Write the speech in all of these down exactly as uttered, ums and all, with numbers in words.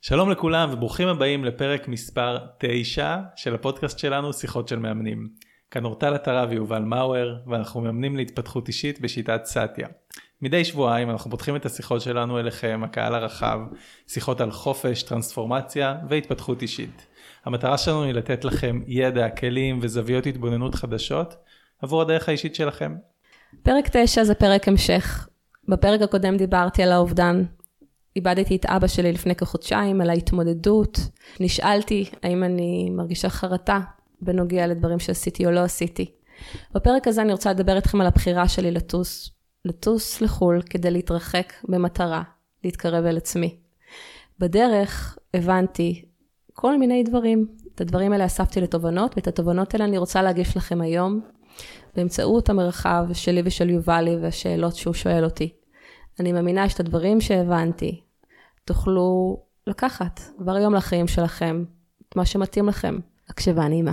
שלום לכולם וברוכים הבאים לפרק מספר תשע של הפודקאסט שלנו, שיחות של מאמנים. כאן אורטל עטרה ויובל מאואר, ואנחנו מאמנים להתפתחות אישית בשיטת סאטיה. מדי שבועיים אנחנו פותחים את השיחות שלנו אליכם, הקהל הרחב, שיחות על חופש, טרנספורמציה והתפתחות אישית. המטרה שלנו היא לתת לכם ידע, כלים וזוויות התבוננות חדשות עבור הדרך האישית שלכם. פרק תשע זה פרק המשך. בפרק הקודם דיברתי על האובדן. איבדתי את אבא שלי לפני כחודשיים, על ההתמודדות. נשאלתי האם אני מרגישה חרטה בנוגע לדברים שעשיתי או לא עשיתי. בפרק הזה אני רוצה לדבר איתכם על הבחירה שלי לטוס, לטוס לחול כדי להתרחק במטרה, להתקרב אל עצמי. בדרך הבנתי כל מיני דברים. את הדברים האלה אספתי לתובנות, ואת התובנות האלה אני רוצה להגיש לכם היום, באמצעות המרחב שלי ושל יובלי והשאלות שהוא שואל אותי. אני מאמינה שאת הדברים שהבנתי, תוכלו לקחת כבר היום לחיים שלכם, את מה שמתאים לכם. הקשבה נעימה.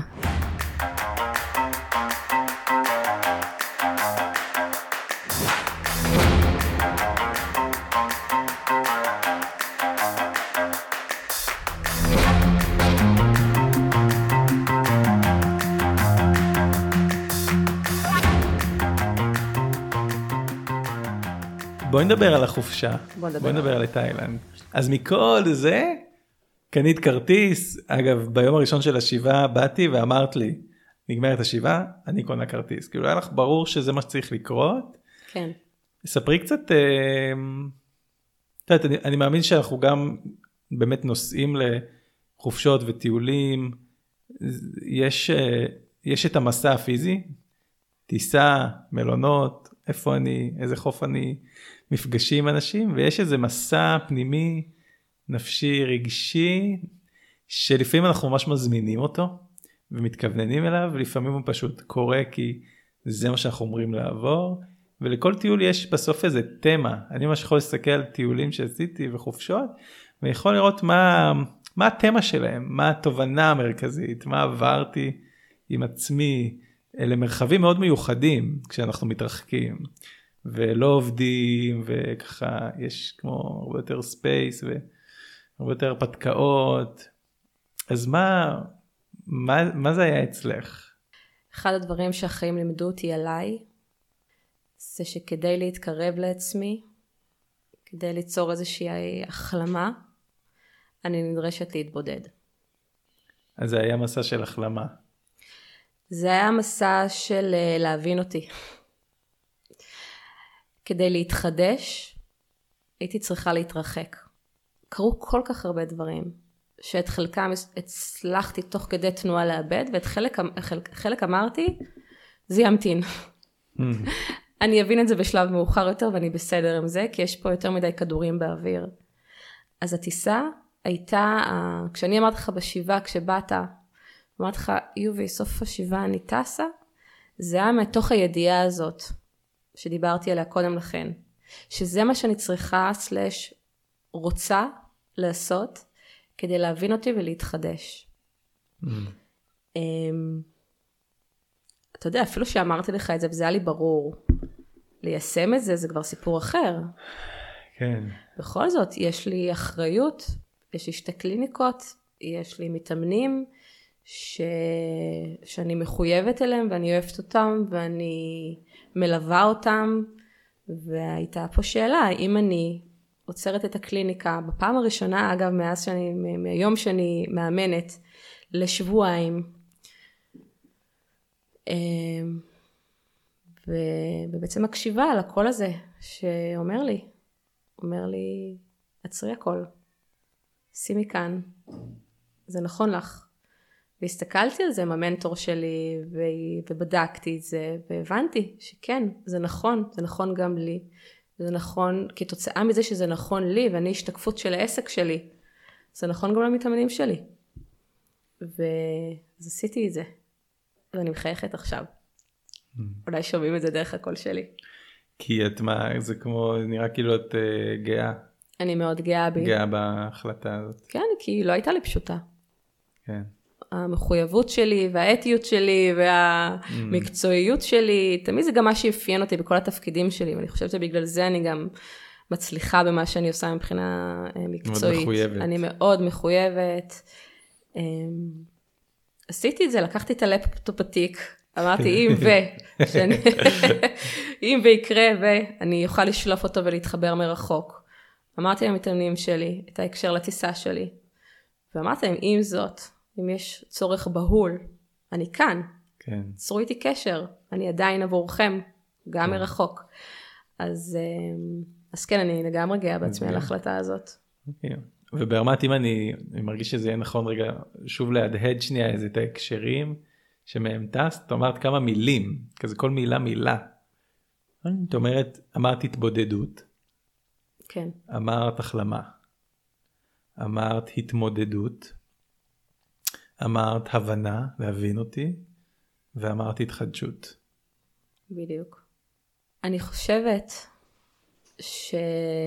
בואי נדבר על החופשה, בוא נדבר. בואי נדבר על תאילנד. אז מכל זה, קנית כרטיס, אגב, ביום הראשון של השבעה באתי ואמרת לי, נגמרת השבעה, אני קונה כרטיס. כאילו היה לך ברור שזה מה שצריך לקרות. כן. ספרי קצת, אה, תראה, אני, אני מאמין שאנחנו גם באמת נוסעים לחופשות וטיולים, יש, אה, יש את המסע הפיזי, טיסה, מלונות, איפה אני, איזה חוף אני, מפגשים עם אנשים, ויש איזה מסע פנימי, נפשי, רגשי, שלפעמים אנחנו ממש מזמינים אותו, ומתכווננים אליו, ולפעמים הוא פשוט קורה, כי זה מה שאנחנו אומרים לעבור, ולכל טיול יש בסוף איזה תמה. אני ממש יכול להסתכל על טיולים שעשיתי וחופשות, ואני יכול לראות מה, מה התמה שלהם, מה התובנה המרכזית, מה עברתי עם עצמי. אלה מרחבים מאוד מיוחדים כשאנחנו מתרחקים, ולא עובדים, וככה יש כמו הרבה יותר ספייס, והרבה יותר פתקאות. אז מה, מה, מה זה היה אצלך? אחד הדברים שהחיים לימדו אותי עליי, זה שכדי להתקרב לעצמי, כדי ליצור איזושהי החלמה, אני נדרשת להתבודד. אז זה היה מסע של החלמה. זה היה מסע של להבין אותי. כדי להתחדש, הייתי צריכה להתרחק. קרו כל כך הרבה דברים, שאת חלקם הצלחתי תוך כדי תנועה לאבד, ואת חלק, חלק, חלק אמרתי, זה ימתין. אני אבין את זה בשלב מאוחר יותר, ואני בסדר עם זה, כי יש פה יותר מדי כדורים באוויר. אז הטיסה הייתה, כשאני אמרתי לך בשבעה, כשבאת, אמרתי לך, יובי, סוף השבעה אני טסה, זה היה מתוך הידיעה הזאת, שדיברתי עליה קודם לכן, שזה מה שאני צריכה, סלש, רוצה לעשות, כדי להבין אותי ולהתחדש. Mm. Um, אתה יודע, אפילו שאמרתי לך את זה, וזה היה לי ברור, ליישם את זה, זה כבר סיפור אחר. כן. בכל זאת, יש לי אחריות, יש לי שתי קליניקות, יש לי מתאמנים, ש... שאני מחויבת אליהם, ואני אוהבת אותם, ואני מלווה אותם, והייתה פה שאלה, האם אני עוצרת את הקליניקה, בפעם הראשונה, אגב, מאז שאני, מהיום שאני מאמנת, לשבועיים, ובעצם מקשיבה על הקול הזה, שאומר לי, אומר לי, עצרי הכל, שימי כאן, זה נכון לך. והסתכלתי על זה עם המנטור שלי, ובדקתי את זה, והבנתי שכן, זה נכון, זה נכון גם לי, זה נכון, כתוצאה מזה שזה נכון לי, ואני השתקפות של העסק שלי, זה נכון גם למתאמנים שלי. ואז עשיתי את זה, ואני מחייכת עכשיו. אולי שומעים את זה דרך הקול שלי. כי את מה, זה כמו, נראה כאילו את uh, גאה. אני מאוד גאה בי. גאה בהחלטה הזאת. כן, כי היא לא הייתה לי פשוטה. כן. המחויבות שלי והאתיות שלי והמקצועיות שלי, תמיד זה גם מה שאפיין אותי בכל התפקידים שלי, ואני חושבת שבגלל זה אני גם מצליחה במה שאני עושה מבחינה מקצועית. מאוד מחויבת. אני מאוד מחויבת. עשיתי את זה, לקחתי את הלפטופ עתיק, אמרתי אם ו, שאני, אם ויקרה ואני אוכל לשלוף אותו ולהתחבר מרחוק. אמרתי למתאמנים שלי, את ההקשר לטיסה שלי, ואמרתי להם, אם זאת, אם יש צורך בהול, אני כאן. כן. צרו איתי קשר, אני עדיין עבורכם, גם כן. מרחוק. אז, אז כן, אני לגמרי גאה בעצמי על ההחלטה הזאת. אוקיי. וברמת אם אני, אני מרגיש שזה יהיה נכון רגע, שוב להדהד שנייה איזה את ההקשרים, שמהם טס, את אומרת כמה מילים, כזה כל מילה מילה. את אומרת, אמרת התבודדות. כן. אמרת החלמה. אמרת התמודדות. אמרת הבנה, להבין אותי. ואמרת התחדשות. בדיוק. אני חושבת ש...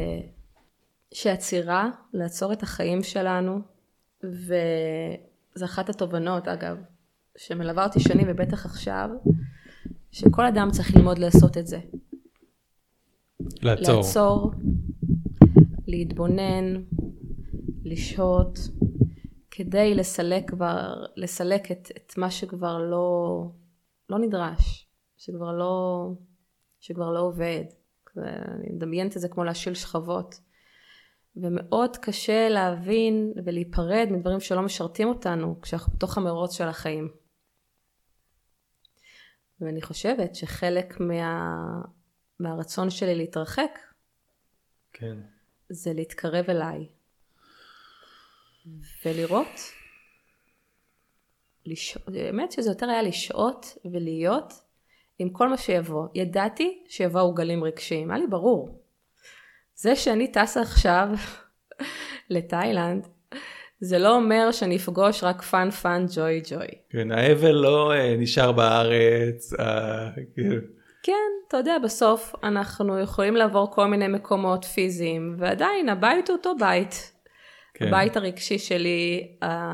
שעצירה, לעצור את החיים שלנו, וזו אחת התובנות אגב, שמלווה אותי שנים ובטח עכשיו, שכל אדם צריך ללמוד לעשות את זה. לעצור. לעצור, להתבונן, לשהות, כדי לסלק, כבר, לסלק את, את מה שכבר לא, לא נדרש, שכבר לא, שכבר לא עובד. אני מדמיינת את זה כמו להשיל שכבות. ומאוד קשה להבין ולהיפרד מדברים שלא משרתים אותנו, כשאנחנו בתוך המרוץ של החיים. ואני חושבת שחלק מה, מהרצון שלי להתרחק, כן. זה להתקרב אליי. ולראות, לש... באמת שזה יותר היה לשעות ולהיות עם כל מה שיבוא. ידעתי שיבואו גלים רגשיים, היה לי ברור. זה שאני טסה עכשיו לתאילנד, זה לא אומר שאני אפגוש רק פן פן ג'וי ג'וי. כן, האבל לא אה, נשאר בארץ. אה, כן. כן, אתה יודע, בסוף אנחנו יכולים לעבור כל מיני מקומות פיזיים, ועדיין הבית הוא אותו בית. כן. הבית הרגשי שלי,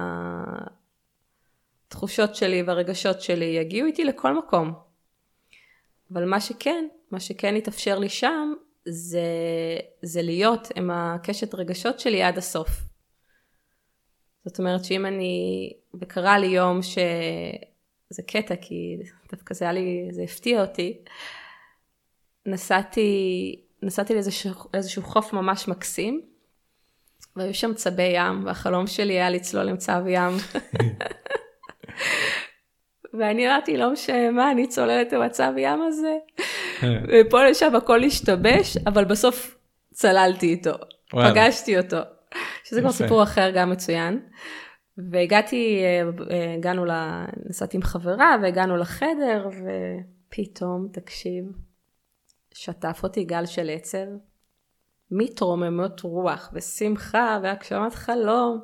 התחושות שלי והרגשות שלי יגיעו איתי לכל מקום. אבל מה שכן, מה שכן יתאפשר לי שם, זה, זה להיות עם הקשת רגשות שלי עד הסוף. זאת אומרת שאם אני, וקרה לי יום שזה קטע, כי דווקא זה היה לי, זה הפתיע אותי, נסעתי, נסעתי לאיזשהו, לאיזשהו חוף ממש מקסים, והיו שם צבי ים, והחלום שלי היה לצלול עם צב ים. ואני ראיתי, לא משנה מה, אני צוללת עם הצב ים הזה. ופה לשם הכל השתבש, אבל בסוף צללתי איתו. פגשתי אותו. שזה כבר סיפור אחר גם מצוין. והגעתי, הגענו, נסעתי עם חברה, והגענו לחדר, ופתאום, תקשיב, שטף אותי גל של עצב. מתרוממות רוח ושמחה והגשמת חלום.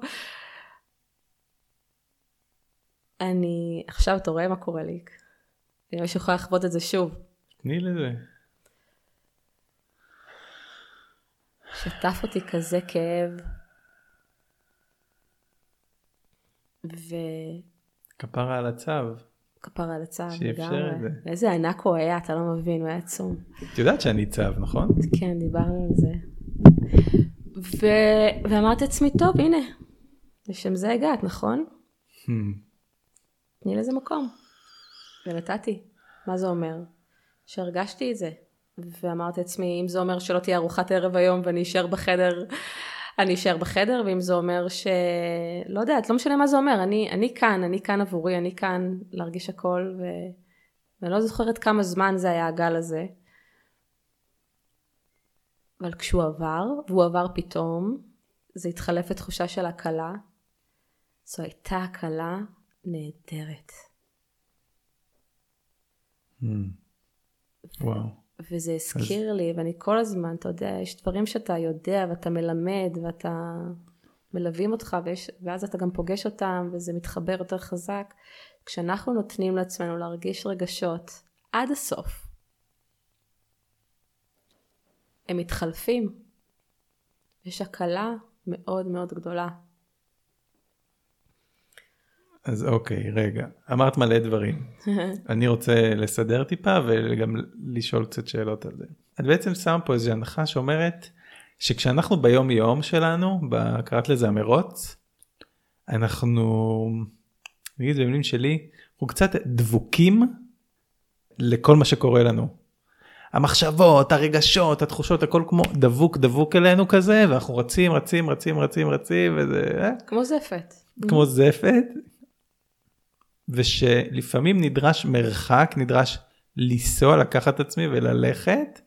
אני, עכשיו אתה רואה מה קורה לי. אני ממש יכולה לחוות את זה שוב. תני לזה. שטף אותי כזה כאב. ו... כפרה על הצו. כפרה על הצו. שאפשר את זה. איזה ענק הוא היה, אתה לא מבין, הוא היה עצום. את יודעת שאני צו, נכון? כן, דיברנו על זה. ו... ואמרתי עצמי, טוב, הנה, לשם זה הגעת, נכון? תני לזה מקום. ונתתי. מה זה אומר? שהרגשתי את זה. ואמרתי עצמי, אם זה אומר שלא תהיה ארוחת ערב היום ואני אשאר בחדר, אני אשאר בחדר, ואם זה אומר ש... לא יודעת, לא משנה מה זה אומר, אני, אני כאן, אני כאן עבורי, אני כאן להרגיש הכל, ו... ואני לא זוכרת כמה זמן זה היה הגל הזה. אבל כשהוא עבר, והוא עבר פתאום, זה התחלף לתחושה של הקלה. זו הייתה הקלה נהדרת. Mm. וואו. וזה הזכיר אז... לי, ואני כל הזמן, אתה יודע, יש דברים שאתה יודע, ואתה מלמד, ואתה מלווים אותך, ויש... ואז אתה גם פוגש אותם, וזה מתחבר יותר חזק. כשאנחנו נותנים לעצמנו להרגיש רגשות עד הסוף, הם מתחלפים. יש הקלה מאוד מאוד גדולה. אז אוקיי, רגע. אמרת מלא דברים. אני רוצה לסדר טיפה וגם לשאול קצת שאלות על זה. את בעצם שם פה איזו הנחה שאומרת, שכשאנחנו ביום יום שלנו, קראת לזה המרוץ, אנחנו, נגיד במילים שלי, אנחנו קצת דבוקים לכל מה שקורה לנו. המחשבות, הרגשות, התחושות, הכל כמו דבוק, דבוק אלינו כזה, ואנחנו רצים, רצים, רצים, רצים, רצים, וזה... כמו זפת. כמו זפת. ושלפעמים נדרש מרחק, נדרש לנסוע, לקחת את עצמי וללכת,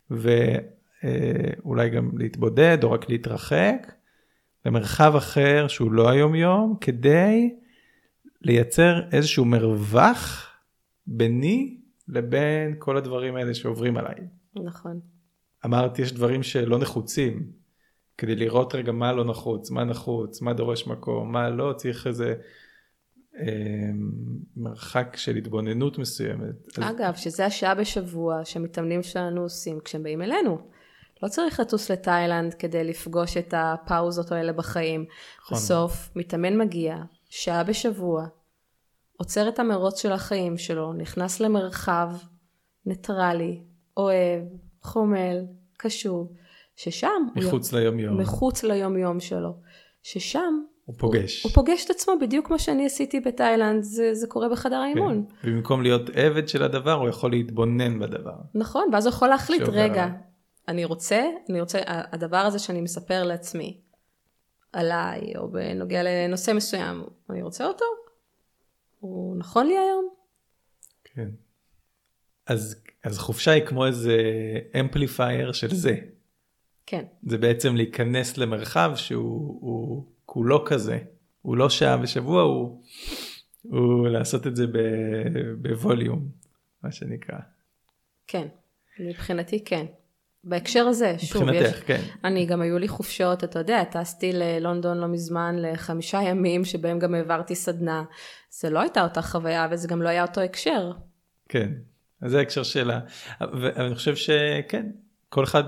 ואולי גם להתבודד, או רק להתרחק, במרחב אחר שהוא לא היום יום, כדי לייצר איזשהו מרווח ביני לבין כל הדברים האלה שעוברים עליי. נכון. אמרתי, יש דברים שלא נחוצים, כדי לראות רגע מה לא נחוץ, מה נחוץ, מה דורש מקום, מה לא, צריך איזה אה, מרחק של התבוננות מסוימת. אגב, שזה השעה בשבוע שמתאמנים שלנו עושים כשהם באים אלינו. לא צריך לטוס לתאילנד כדי לפגוש את הפאוזות האלה בחיים. נכון. בסוף, מתאמן מגיע, שעה בשבוע, עוצר את המרוץ של החיים שלו, נכנס למרחב ניטרלי, אוהב, חומל, קשוב, ששם... מחוץ ליום יום. מחוץ ליום יום שלו. ששם... הוא פוגש. הוא, הוא פוגש את עצמו בדיוק כמו שאני עשיתי בתאילנד, זה, זה קורה בחדר האימון. כן. ובמקום להיות עבד של הדבר, הוא יכול להתבונן בדבר. נכון, ואז הוא יכול להחליט, רגע, אני רוצה, אני רוצה, הדבר הזה שאני מספר לעצמי, עליי, או בנוגע לנושא מסוים, אני רוצה אותו? הוא נכון לי היום? כן. אז, אז חופשה היא כמו איזה אמפליפייר של זה. כן. זה בעצם להיכנס למרחב שהוא הוא, כולו כזה. הוא לא שעה בשבוע, הוא, הוא לעשות את זה בווליום, מה שנקרא. כן, מבחינתי כן. בהקשר הזה, שוב, מבחינתך, יש, כן. אני גם היו לי חופשות, אתה יודע, טסתי ללונדון לא מזמן, לחמישה ימים שבהם גם העברתי סדנה. זה לא הייתה אותה חוויה, וזה גם לא היה אותו הקשר. כן, אז זה ההקשר שלה. ואני חושב שכן, כל אחד,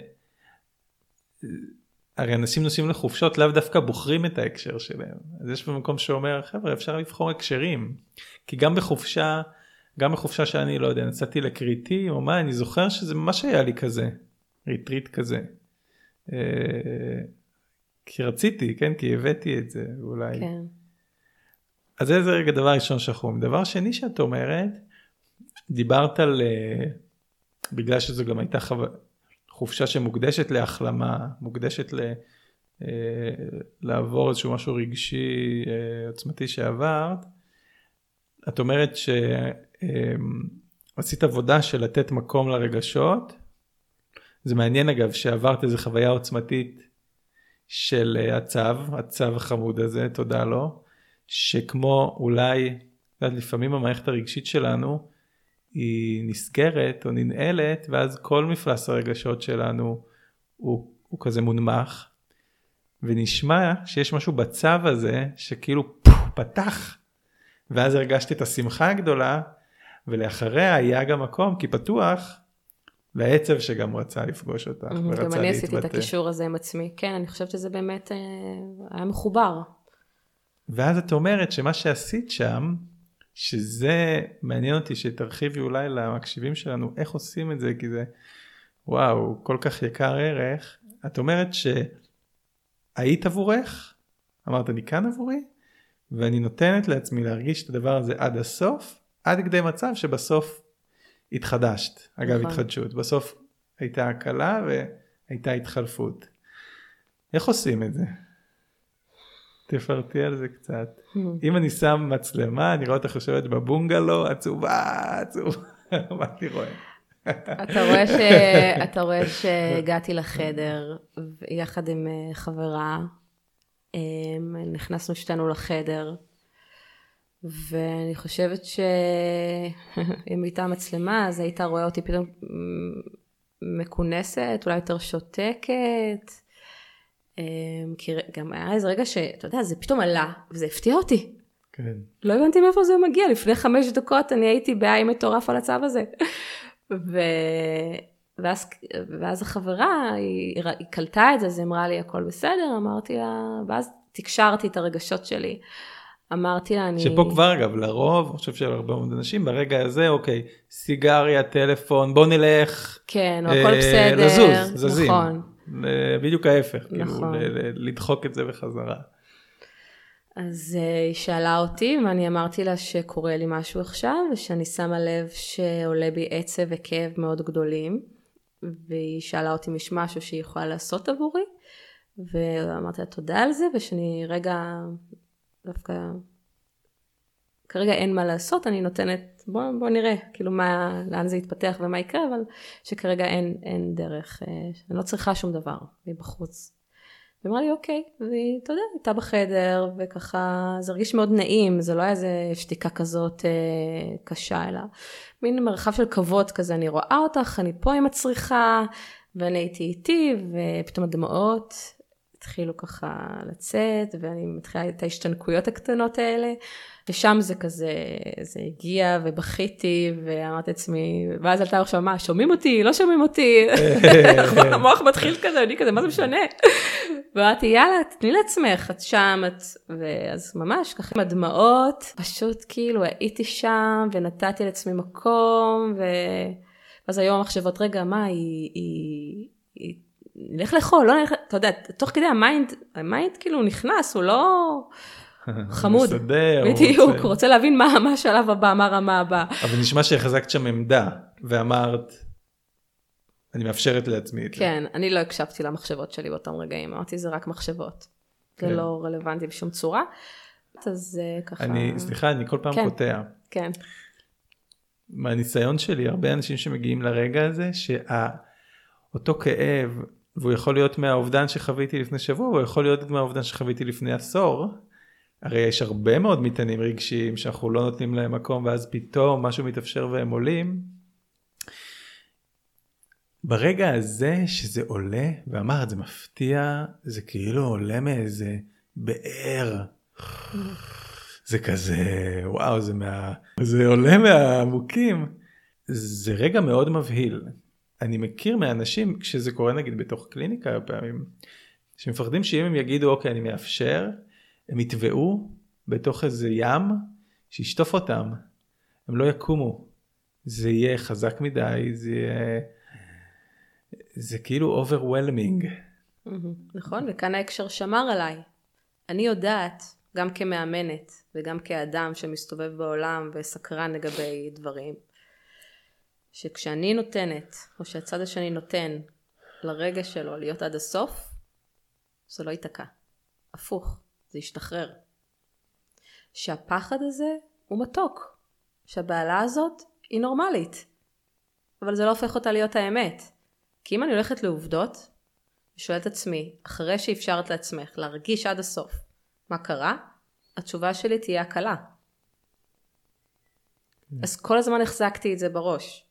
הרי אנשים נוסעים לחופשות, לאו דווקא בוחרים את ההקשר שלהם. אז יש במקום שאומר, חבר'ה, אפשר לבחור הקשרים. כי גם בחופשה, גם בחופשה שאני לא יודע, נסעתי לקריטי, או מה, אני זוכר שזה ממש היה לי כזה, ריטריט כזה. כי רציתי, כן? כי הבאתי את זה, אולי. כן. אז זה רגע דבר ראשון שחום. דבר שני שאת אומרת, דיברת על, בגלל שזו גם הייתה חו... חופשה שמוקדשת להחלמה, מוקדשת ל... לעבור איזשהו משהו רגשי עוצמתי שעברת, את אומרת שעשית עבודה של לתת מקום לרגשות, זה מעניין אגב שעברת איזו חוויה עוצמתית של הצו, הצו החמוד הזה, תודה לו, שכמו אולי, לפעמים המערכת הרגשית שלנו, היא נסגרת או ננעלת, ואז כל מפלס הרגשות שלנו הוא, הוא כזה מונמך, ונשמע שיש משהו בצו הזה, שכאילו פתח, ואז הרגשתי את השמחה הגדולה, ולאחריה היה גם מקום, כי פתוח, לעצב שגם רצה לפגוש אותך, ורצה להתבטא. גם אני עשיתי את הקישור הזה עם עצמי, כן, אני חושבת שזה באמת היה מחובר. ואז את אומרת שמה שעשית שם, שזה מעניין אותי שתרחיבי אולי למקשיבים שלנו, איך עושים את זה, כי זה, וואו, כל כך יקר ערך. את אומרת שהיית עבורך, אמרת אני כאן עבורי, ואני נותנת לעצמי להרגיש את הדבר הזה עד הסוף, עד כדי מצב שבסוף התחדשת. אגב, נכון. התחדשות. בסוף הייתה הקלה והייתה התחלפות. איך עושים את זה? תפרטי על זה קצת. אם אני שם מצלמה, אני רואה אותך יושבת בבונגלו, עצובה, עצובה. מה אני רואה? אתה רואה ש... אתה רואה שהגעתי לחדר, יחד עם חברה, נכנסנו שתינו לחדר, ואני חושבת שאם הייתה מצלמה, אז היית רואה אותי פתאום מכונסת, אולי יותר שותקת, כי גם היה איזה רגע שאתה יודע, זה פתאום עלה, וזה הפתיע אותי. כן. לא הבנתי מאיפה זה מגיע, לפני חמש דקות אני הייתי בעי מטורף על הצו הזה. ו... ואז, ואז החברה, היא, היא קלטה את זה, אז היא אמרה לי, הכל בסדר, אמרתי לה, ואז תקשרתי את הרגשות שלי. אמרתי לה, אני... שפה כבר אגב, לרוב, אני חושב של הרבה מאוד אנשים, ברגע הזה, אוקיי, סיגריה, טלפון, בוא נלך. כן, או הכל בסדר. לזוז, זזים. נכון. בדיוק ההפך, נכון. כאילו, לדחוק את זה בחזרה. אז היא שאלה אותי, ואני אמרתי לה שקורה לי משהו עכשיו, ושאני שמה לב שעולה בי עצב וכאב מאוד גדולים, והיא שאלה אותי מש משהו שהיא יכולה לעשות עבורי, ואמרתי לה תודה על זה, ושאני רגע, דווקא, כרגע אין מה לעשות, אני נותנת, בוא, בוא נראה, כאילו מה, לאן זה יתפתח ומה יקרה, אבל שכרגע אין, אין דרך, אני לא צריכה שום דבר, היא בחוץ. והיא אמרה לי, אוקיי, והיא, אתה יודע, הייתה בחדר, וככה, זה הרגיש מאוד נעים, זה לא היה איזה שתיקה כזאת אה, קשה, אלא מין מרחב של כבוד כזה, אני רואה אותך, אני פה עם הצריכה, ואני הייתי איתי, ופתאום הדמעות התחילו ככה לצאת, ואני מתחילה את ההשתנקויות הקטנות האלה, ושם זה כזה, זה הגיע, ובכיתי, ואמרתי לעצמי, ואז עלתה עכשיו, מה, שומעים אותי? לא שומעים אותי? המוח מתחיל כזה, אני כזה, מה זה משנה? ואמרתי, יאללה, תתני לעצמך, את שם, את... ואז ממש, ככה עם הדמעות, פשוט כאילו הייתי שם, ונתתי לעצמי מקום, ו... ואז היום המחשבות, רגע, מה, היא... היא... היא... נלך לאכול, לא נלך... אתה יודע, תוך כדי המיינד, המיינד כאילו נכנס, הוא לא... חמוד, בדיוק, הוא רוצה להבין מה, מה השלב הבא, מה הרמה הבאה. אבל נשמע שהחזקת שם עמדה, ואמרת, אני מאפשרת לעצמי את זה. כן, אני לא הקשבתי למחשבות שלי באותם רגעים, אמרתי, זה רק מחשבות. זה לא רלוונטי בשום צורה. אז ככה... אני, סליחה, אני כל פעם קוטע. כן. מהניסיון שלי, הרבה אנשים שמגיעים לרגע הזה, שאותו כאב, והוא יכול להיות מהאובדן שחוויתי לפני שבוע, הוא יכול להיות מהאובדן שחוויתי לפני עשור, הרי יש הרבה מאוד מטענים רגשיים שאנחנו לא נותנים להם מקום, ואז פתאום משהו מתאפשר והם עולים. ברגע הזה שזה עולה, ואמרת, זה מפתיע, זה כאילו עולה מאיזה באר. זה כזה, וואו, זה, מה, זה עולה מהעמוקים. זה רגע מאוד מבהיל. אני מכיר מאנשים, כשזה קורה נגיד בתוך קליניקה פעמים, שמפחדים שאם הם יגידו, אוקיי, אני מאפשר, הם יטבעו בתוך איזה ים שישטוף אותם. הם לא יקומו. זה יהיה חזק מדי, זה יהיה... זה כאילו overwhelming. נכון, וכאן ההקשר שמר עליי. אני יודעת, גם כמאמנת וגם כאדם שמסתובב בעולם וסקרן לגבי דברים, שכשאני נותנת, או שהצד השני נותן לרגע שלו להיות עד הסוף, זה לא ייתקע. הפוך. זה ישתחרר. שהפחד הזה הוא מתוק. שהבעלה הזאת היא נורמלית. אבל זה לא הופך אותה להיות האמת. כי אם אני הולכת לעובדות, ושואלת עצמי, אחרי שאפשרת לעצמך להרגיש עד הסוף מה קרה, התשובה שלי תהיה הקלה. אז כל הזמן החזקתי את זה בראש.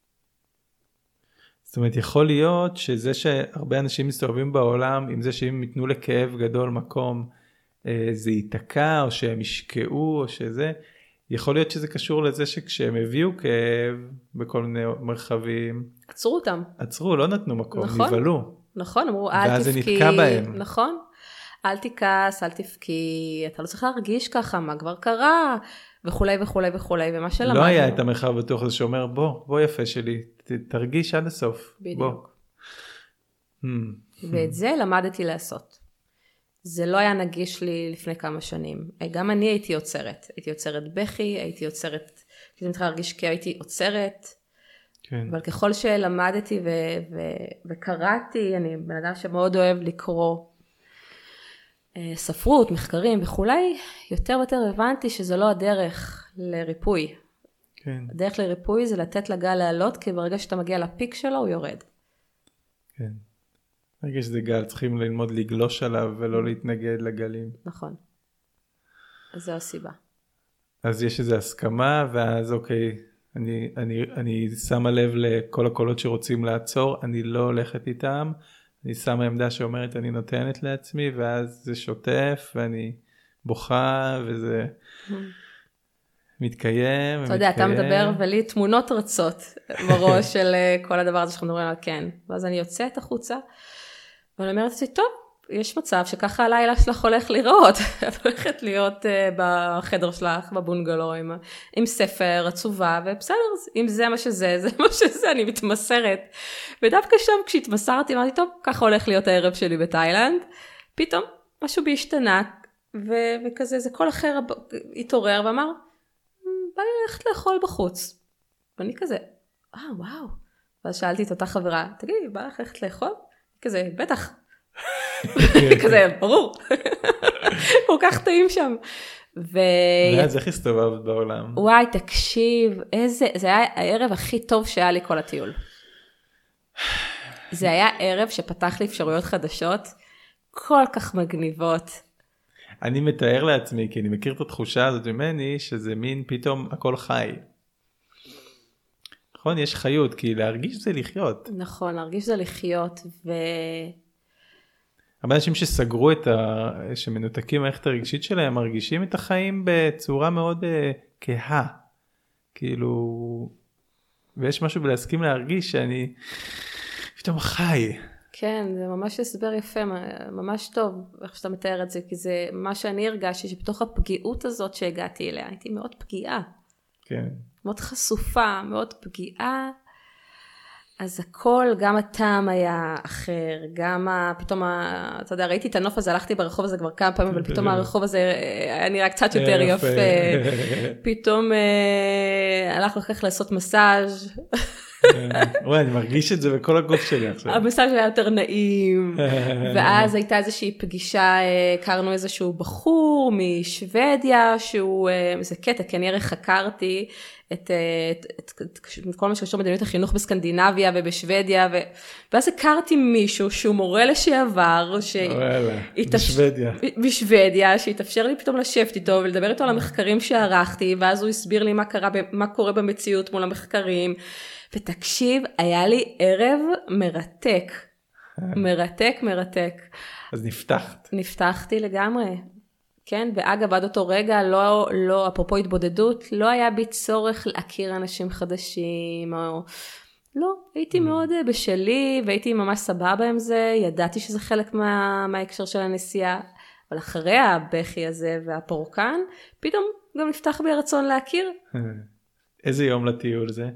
זאת אומרת, יכול להיות שזה שהרבה אנשים מסתובבים בעולם, עם זה שאם יתנו לכאב גדול מקום, זה ייתקע, או שהם ישקעו, או שזה, יכול להיות שזה קשור לזה שכשהם הביאו כאב בכל מיני מרחבים, עצרו אותם. עצרו, לא נתנו מקום, נכון, נבלו. נכון, אמרו, אל תפקי. ואז זה נתקע בהם. נכון, אל תכעס, אל תפקי, אתה לא צריך להרגיש ככה, מה כבר קרה, וכולי וכולי וכולי, ומה שלמדנו. לא היה את המרחב בטוח הזה שאומר, בוא, בוא יפה שלי, תרגיש עד הסוף. בדיוק. בוא. ואת זה למדתי לעשות. זה לא היה נגיש לי לפני כמה שנים. גם אני הייתי עוצרת. הייתי עוצרת בכי, הייתי עוצרת, כשאני מתחילה להרגיש כי הייתי עוצרת. כן. אבל ככל שלמדתי ו- ו- וקראתי, אני בן אדם שמאוד אוהב לקרוא ספרות, מחקרים וכולי, יותר ויותר הבנתי שזה לא הדרך לריפוי. כן. הדרך לריפוי זה לתת לגל לעלות, כי ברגע שאתה מגיע לפיק שלו, הוא יורד. כן. ברגע שזה גל, צריכים ללמוד לגלוש עליו ולא להתנגד לגלים. נכון. אז זו הסיבה. אז יש איזו הסכמה, ואז אוקיי, אני, אני, אני שמה לב לכל הקולות שרוצים לעצור, אני לא הולכת איתם, אני שמה עמדה שאומרת אני נותנת לעצמי, ואז זה שוטף, ואני בוכה, וזה מתקיים ומתקיים. אתה יודע, אתה מדבר, ולי תמונות רצות בראש של כל הדבר הזה שאנחנו מדברים על כן. ואז אני יוצאת החוצה, ואני אומרת לי, טוב, יש מצב שככה הלילה שלך הולך לראות, את הולכת להיות uh, בחדר שלך, בבונגלו, עם, עם ספר, עצובה, ובסדר, אם זה מה שזה, זה מה שזה, אני מתמסרת. ודווקא שם כשהתמסרתי, אמרתי, טוב, ככה הולך להיות הערב שלי בתאילנד, פתאום משהו בהשתנה, ו- וכזה, זה כל אחר התעורר ואמר, בא לי ללכת לאכול בחוץ. ואני כזה, אה, וואו. ואז שאלתי את אותה חברה, תגידי, בא לך ללכת לאכול? כזה, בטח. כזה, ברור. כל כך טעים שם. ואז איך הסתובבת בעולם? וואי, תקשיב, איזה, זה היה הערב הכי טוב שהיה לי כל הטיול. זה היה ערב שפתח לי אפשרויות חדשות, כל כך מגניבות. אני מתאר לעצמי, כי אני מכיר את התחושה הזאת ממני, שזה מין פתאום הכל חי. נכון, יש חיות, כי להרגיש זה לחיות. נכון, להרגיש זה לחיות, ו... הרבה אנשים שסגרו את ה... שמנותקים מערכת הרגשית שלהם, מרגישים את החיים בצורה מאוד uh, כהה. כאילו... ויש משהו בלהסכים להרגיש שאני פתאום חי. כן, זה ממש הסבר יפה, ממש טוב, איך שאתה מתאר את זה, כי זה מה שאני הרגשתי, שבתוך הפגיעות הזאת שהגעתי אליה, הייתי מאוד פגיעה. כן. מאוד חשופה, מאוד פגיעה, אז הכל, גם הטעם היה אחר, גם ה, פתאום, ה, אתה יודע, ראיתי את הנוף הזה, הלכתי ברחוב הזה כבר כמה פעמים, אבל פתאום הרחוב הזה היה נראה קצת יותר יפה, פתאום אה, הלך לקח לעשות מסאז' וואי, אני מרגיש את זה בכל הגוף שלי עכשיו. המסאז' היה יותר נעים, ואז הייתה איזושהי פגישה, הכרנו איזשהו בחור משוודיה, שהוא, זה קטע, כי אני הרי חקרתי את, את, את, את כל מה שקשור מדיניות החינוך בסקנדינביה ובשוודיה, ו, ואז הכרתי מישהו שהוא מורה לשעבר, בשוודיה. בשוודיה, שהתאפשר לי פתאום לשבת איתו ולדבר איתו על המחקרים שערכתי, ואז הוא הסביר לי מה קרה, מה קורה במציאות מול המחקרים, ותקשיב, היה לי ערב מרתק, מרתק, מרתק. אז נפתחת. נפתחתי לגמרי, כן, ואגב עד אותו רגע, לא, לא, אפרופו התבודדות, לא היה בי צורך להכיר אנשים חדשים, או, לא, הייתי מאוד בשלי, והייתי ממש סבבה עם זה, ידעתי שזה חלק מה, מההקשר של הנסיעה, אבל אחרי הבכי הזה והפורקן, פתאום גם נפתח בי הרצון להכיר. איזה יום לטיול זה?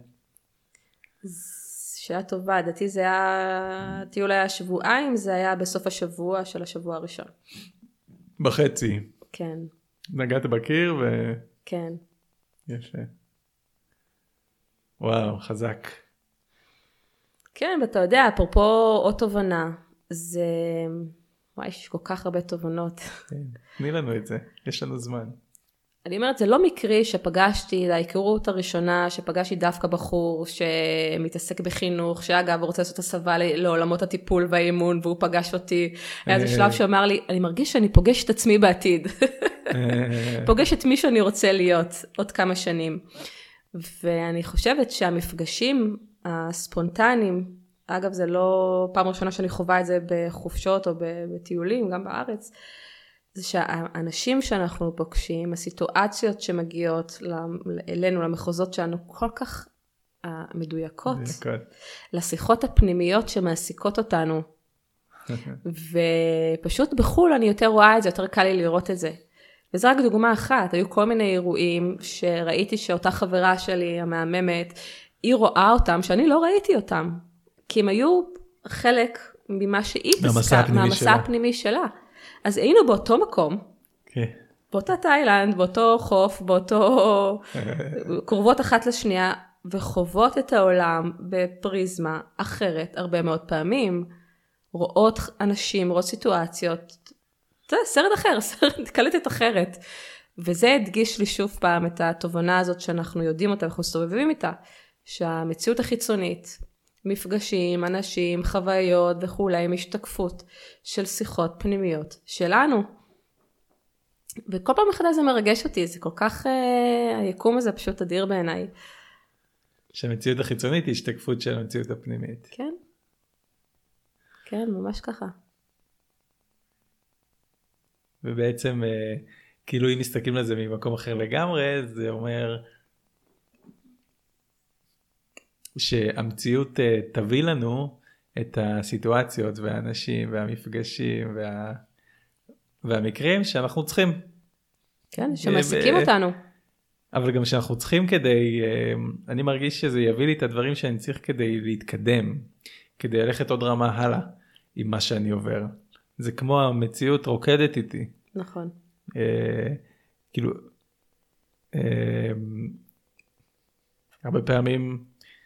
שעה טובה, דעתי זה היה, טיול היה שבועיים, זה היה בסוף השבוע של השבוע הראשון. בחצי. כן. נגעת בקיר ו... כן. יפה. וואו, חזק. כן, ואתה יודע, אפרופו עוד תובנה, זה... וואי, יש כל כך הרבה תובנות. כן, תני לנו את זה, יש לנו זמן. אני אומרת, זה לא מקרי שפגשתי, להיכרות הראשונה, שפגשתי דווקא בחור שמתעסק בחינוך, שאגב, הוא רוצה לעשות הסבה לעולמות הטיפול והאימון, והוא פגש אותי. היה איזה שלב שאמר לי, אני מרגיש שאני פוגש את עצמי בעתיד. פוגש את מי שאני רוצה להיות עוד כמה שנים. ואני חושבת שהמפגשים הספונטניים, אגב, זה לא פעם ראשונה שאני חווה את זה בחופשות או בטיולים, גם בארץ, זה שהאנשים שאנחנו פוגשים, הסיטואציות שמגיעות אלינו, למחוזות שלנו, כל כך מדויקות, לשיחות הפנימיות שמעסיקות אותנו, ופשוט בחול אני יותר רואה את זה, יותר קל לי לראות את זה. וזה רק דוגמה אחת, היו כל מיני אירועים שראיתי שאותה חברה שלי, המהממת, היא רואה אותם, שאני לא ראיתי אותם, כי הם היו חלק ממה שהיא עסקה, מהמסע הפנימי שלה. אז היינו באותו מקום, okay. באותה תאילנד, באותו חוף, באותו קרובות אחת לשנייה, וחוות את העולם בפריזמה אחרת הרבה מאוד פעמים, רואות אנשים, רואות סיטואציות, זה סרט אחר, סרט קלטת אחרת, וזה הדגיש לי שוב פעם את התובנה הזאת שאנחנו יודעים אותה, אנחנו מסתובבים איתה, שהמציאות החיצונית, מפגשים, אנשים, חוויות וכולי, משתקפות של שיחות פנימיות שלנו. וכל פעם מחדש זה מרגש אותי, זה כל כך, אה, היקום הזה פשוט אדיר בעיניי. שהמציאות החיצונית היא השתקפות של המציאות הפנימית. כן, כן, ממש ככה. ובעצם, אה, כאילו אם מסתכלים על זה ממקום אחר לגמרי, זה אומר... שהמציאות תביא לנו את הסיטואציות והאנשים והמפגשים וה... והמקרים שאנחנו צריכים. כן, שמעסיקים אותנו. אבל גם שאנחנו צריכים כדי, אני מרגיש שזה יביא לי את הדברים שאני צריך כדי להתקדם, כדי ללכת עוד רמה הלאה עם מה שאני עובר. זה כמו המציאות רוקדת איתי. נכון. אה, כאילו, אה, הרבה פעמים,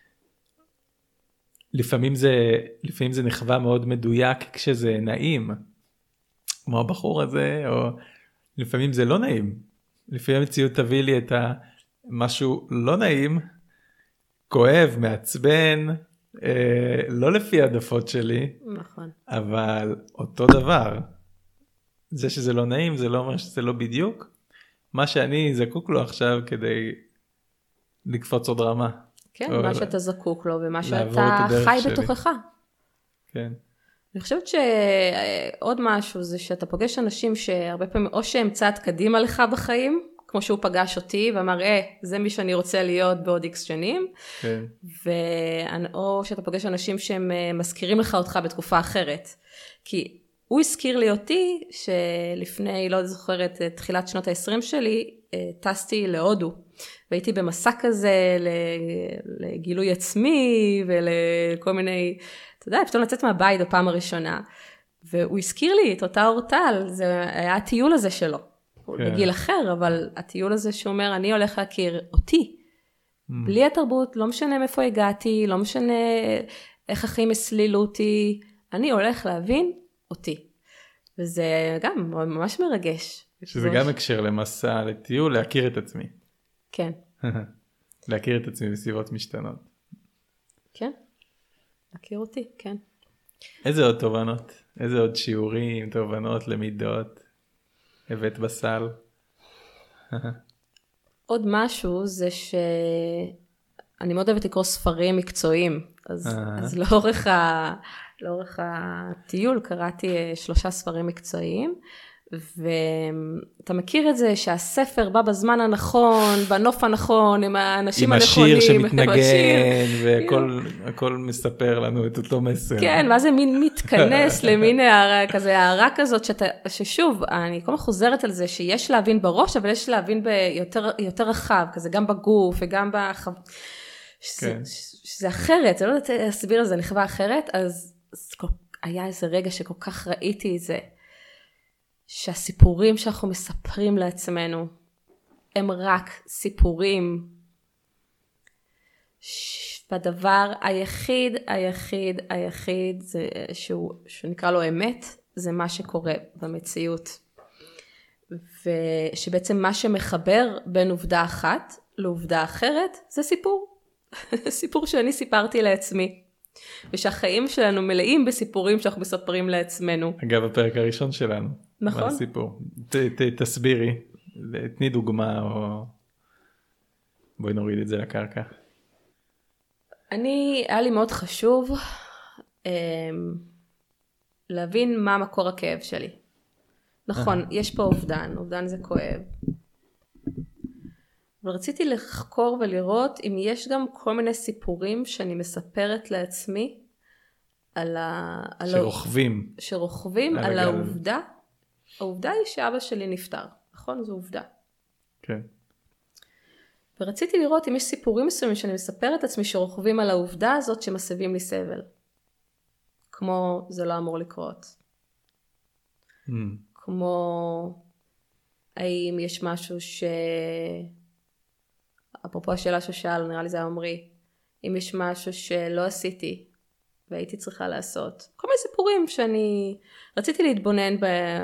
לפעמים זה, לפעמים זה נחווה מאוד מדויק כשזה נעים, כמו הבחור הזה, או לפעמים זה לא נעים. לפעמים המציאות תביא לי את משהו לא נעים, כואב, מעצבן, אה, לא לפי העדפות שלי, נכון. אבל אותו דבר. זה שזה לא נעים, זה לא אומר שזה לא בדיוק. מה שאני זקוק לו עכשיו כדי לקפוץ עוד רמה. כן, מה שאתה זקוק לו ומה שאתה חי בתוכך. כן. אני חושבת שעוד משהו זה שאתה פוגש אנשים שהרבה פעמים, או שהם צעד קדימה לך בחיים, כמו שהוא פגש אותי ואמר, אה, זה מי שאני רוצה להיות בעוד איקס שנים, כן. ו... או שאתה פוגש אנשים שהם מזכירים לך אותך בתקופה אחרת. כי הוא הזכיר לי אותי שלפני, לא זוכרת, תחילת שנות ה-עשרים שלי, טסתי להודו, והייתי במסע כזה לגילוי עצמי ולכל מיני, אתה יודע, פתאום לצאת מהבית בפעם הראשונה, והוא הזכיר לי את אותה אורטל, זה היה הטיול הזה שלו, הוא כן. בגיל אחר, אבל הטיול הזה שאומר, אני הולך להכיר אותי, mm. בלי התרבות, לא משנה מאיפה הגעתי, לא משנה איך החיים הסלילו אותי, אני הולך להבין אותי. וזה גם ממש מרגש. שזה גם הקשר למסע, לטיול, להכיר את עצמי. כן. להכיר את עצמי בסביבות משתנות. כן. להכיר אותי, כן. איזה עוד תובנות? איזה עוד שיעורים, תובנות, למידות הבאת בסל? עוד משהו זה שאני מאוד אוהבת לקרוא ספרים מקצועיים. אז, אז לאורך ה... לאורך הטיול קראתי שלושה ספרים מקצועיים, ואתה מכיר את זה שהספר בא בזמן הנכון, בנוף הנכון, עם האנשים הנכונים. עם השיר שמתנגן, והכל מספר לנו את אותו מסר. כן, מה זה מין מתכנס למין הערה, כזה הערה כזאת, שאתה, ששוב, אני כל כך חוזרת על זה, שיש להבין בראש, אבל יש להבין ביותר, יותר רחב, כזה גם בגוף וגם בחו... שזה, כן. שזה אחרת, אני לא יודעת להסביר על זה, נחווה אחרת, אז אז היה איזה רגע שכל כך ראיתי את זה, שהסיפורים שאנחנו מספרים לעצמנו, הם רק סיפורים, והדבר היחיד, היחיד, היחיד, זה שהוא, שנקרא לו אמת, זה מה שקורה במציאות. ושבעצם מה שמחבר בין עובדה אחת לעובדה אחרת, זה סיפור. סיפור שאני סיפרתי לעצמי. ושהחיים שלנו מלאים בסיפורים שאנחנו מספרים לעצמנו. אגב, הפרק הראשון שלנו. נכון. מה הסיפור? ת, ת, תסבירי, תני דוגמה, או בואי נוריד את זה לקרקע. אני, היה לי מאוד חשוב אה, להבין מה מקור הכאב שלי. נכון, יש פה אובדן, אובדן זה כואב. אבל רציתי לחקור ולראות אם יש גם כל מיני סיפורים שאני מספרת לעצמי על ה... שרוכבים. שרוכבים על, על העובדה. העובדה היא שאבא שלי נפטר, נכון? זו עובדה. כן. ורציתי לראות אם יש סיפורים מסוימים שאני מספרת לעצמי שרוכבים על העובדה הזאת שמסבים לי סבל. כמו זה לא אמור לקרות. Mm. כמו האם יש משהו ש... אפרופו השאלה ששאל, נראה לי זה עומרי, אם יש משהו שלא עשיתי והייתי צריכה לעשות. כל מיני סיפורים שאני רציתי להתבונן ב...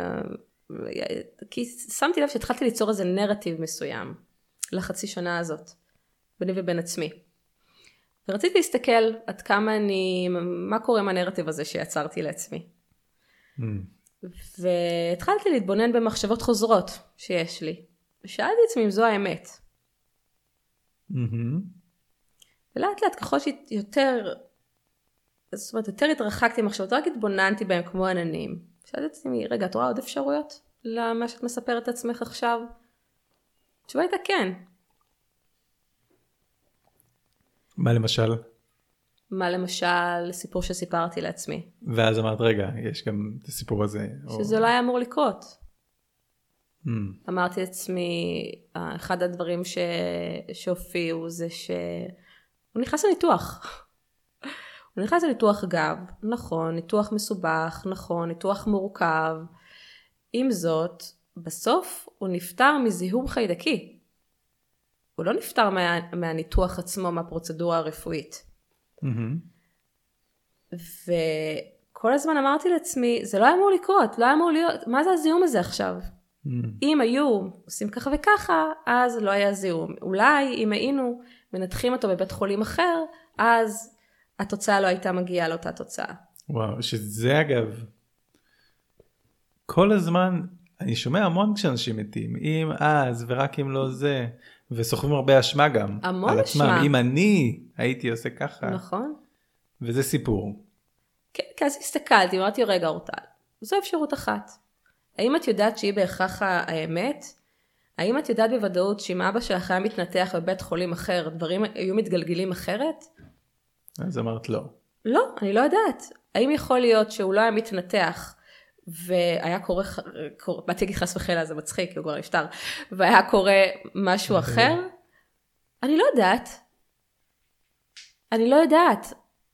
כי שמתי לב שהתחלתי ליצור איזה נרטיב מסוים לחצי שנה הזאת, ביני ובין עצמי. ורציתי להסתכל עד כמה אני, מה קורה עם הנרטיב הזה שיצרתי לעצמי. Mm. והתחלתי להתבונן במחשבות חוזרות שיש לי. ושאלתי עצמי אם זו האמת. Mm-hmm. ולאט לאט ככל שיותר, זאת אומרת, יותר התרחקתי ממחשבות, רק התבוננתי בהם כמו עננים. שאלתי עצמי, רגע, את רואה עוד אפשרויות למה שאת מספרת את עצמך עכשיו? התשובה הייתה כן. מה למשל? מה למשל סיפור שסיפרתי לעצמי. ואז אמרת, רגע, יש גם את הסיפור הזה. שזה או... לא היה אמור לקרות. Mm. אמרתי לעצמי, אחד הדברים ש... שהופיעו זה שהוא נכנס לניתוח. הוא נכנס לניתוח גב, נכון, ניתוח מסובך, נכון, ניתוח מורכב. עם זאת, בסוף הוא נפטר מזיהום חיידקי. הוא לא נפטר מה... מהניתוח עצמו, מהפרוצדורה הרפואית. Mm-hmm. וכל הזמן אמרתי לעצמי, זה לא היה אמור לקרות, לא היה אמור להיות, מה זה הזיהום הזה עכשיו? Mm. אם היו עושים ככה וככה, אז לא היה זיהום. אולי אם היינו מנתחים אותו בבית חולים אחר, אז התוצאה לא הייתה מגיעה לאותה תוצאה. וואו, שזה אגב, כל הזמן, אני שומע המון כשאנשים מתים, אם אז ורק אם לא זה, וסוחבים הרבה אשמה גם. המון על אשמה. עצמם, אם אני הייתי עושה ככה. נכון. וזה סיפור. כן, כי אז הסתכלתי, אמרתי, רגע אורטל, זו אפשרות אחת. האם את יודעת שהיא בהכרח האמת? האם את יודעת בוודאות שאם אבא שלך היה מתנתח בבית חולים אחר, דברים היו מתגלגלים אחרת? אז אמרת לא. לא, אני לא יודעת. האם יכול להיות שהוא לא היה מתנתח, והיה קורה, באתי להגיד חס וחלילה, זה מצחיק, כי הוא כבר נפטר, והיה קורה משהו אחר? אני לא יודעת. אני לא יודעת.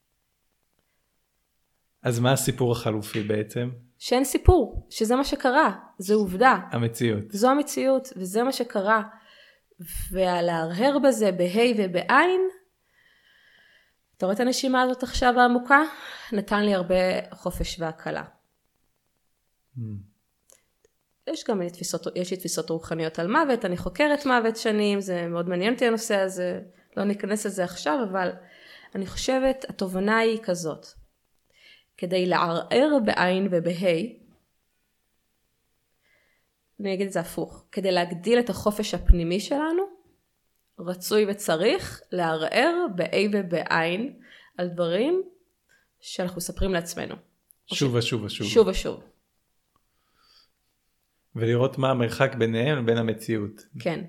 אז מה הסיפור החלופי בעצם? שאין סיפור, שזה מה שקרה, זה עובדה. המציאות. זו המציאות, וזה מה שקרה. ועל להרהר בזה בהי ובעין, אתה רואה את הנשימה הזאת עכשיו העמוקה? נתן לי הרבה חופש והקלה. Mm. יש גם תפיסות, יש לי תפיסות רוחניות על מוות, אני חוקרת מוות שנים, זה מאוד מעניין אותי הנושא הזה, לא ניכנס לזה עכשיו, אבל אני חושבת, התובנה היא כזאת. כדי לערער בעין ובהי, אני אגיד את זה הפוך, כדי להגדיל את החופש הפנימי שלנו, רצוי וצריך לערער ב-A וב-עין על דברים שאנחנו מספרים לעצמנו. שוב ושוב ושוב. שוב ושוב. ולראות מה המרחק ביניהם לבין המציאות. כן.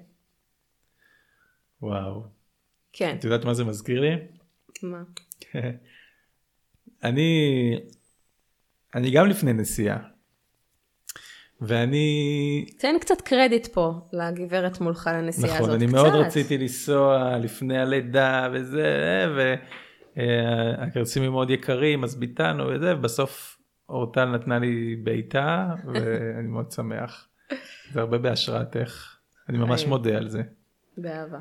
וואו. כן. את יודעת מה זה מזכיר לי? מה? אני, אני גם לפני נסיעה. ואני... תן קצת קרדיט פה לגברת מולך לנסיעה נכון, הזאת. אני קצת. מאוד רציתי לנסוע לפני הלידה וזה, והכרטיסים מאוד יקרים, אז ביטנו וזה, ובסוף אורטל נתנה לי בעיטה, ואני מאוד שמח. זה הרבה בהשראתך. אני ממש מודה על זה. באהבה.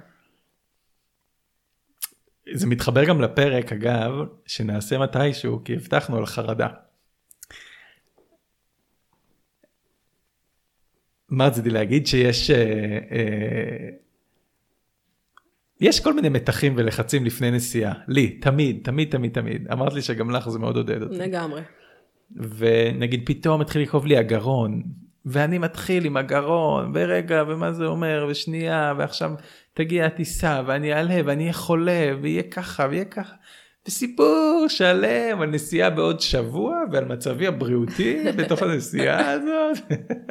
זה מתחבר גם לפרק, אגב, שנעשה מתישהו, כי הבטחנו על חרדה. מה רציתי להגיד? שיש אה, אה, יש כל מיני מתחים ולחצים לפני נסיעה. לי, תמיד, תמיד, תמיד, תמיד. אמרת לי שגם לך זה מאוד עודד אותי. לגמרי. ונגיד פתאום מתחיל לקרוב לי הגרון, ואני מתחיל עם הגרון, ורגע, ומה זה אומר, ושנייה, ועכשיו תגיע הטיסה, ואני אעלה, ואני אהיה חולה, ויהיה ככה, ויהיה ככה. וסיפור שלם על נסיעה בעוד שבוע, ועל מצבי הבריאותי בתוך הנסיעה הזאת.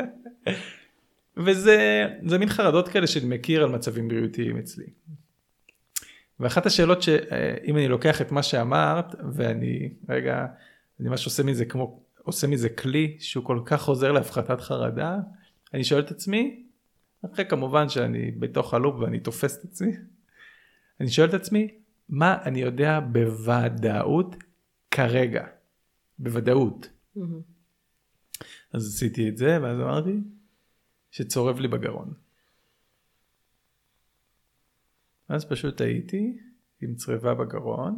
וזה זה מין חרדות כאלה שאני מכיר על מצבים בריאותיים אצלי. ואחת השאלות שאם אני לוקח את מה שאמרת, ואני, רגע, אני ממש עושה מזה כמו, עושה מזה כלי שהוא כל כך עוזר להפחתת חרדה, אני שואל את עצמי, אחרי כמובן שאני בתוך הלופ ואני תופס את עצמי, אני שואל את עצמי, מה אני יודע בוודאות כרגע? בוודאות. Mm-hmm. אז עשיתי את זה, ואז אמרתי, שצורב לי בגרון. אז פשוט הייתי עם צרבה בגרון.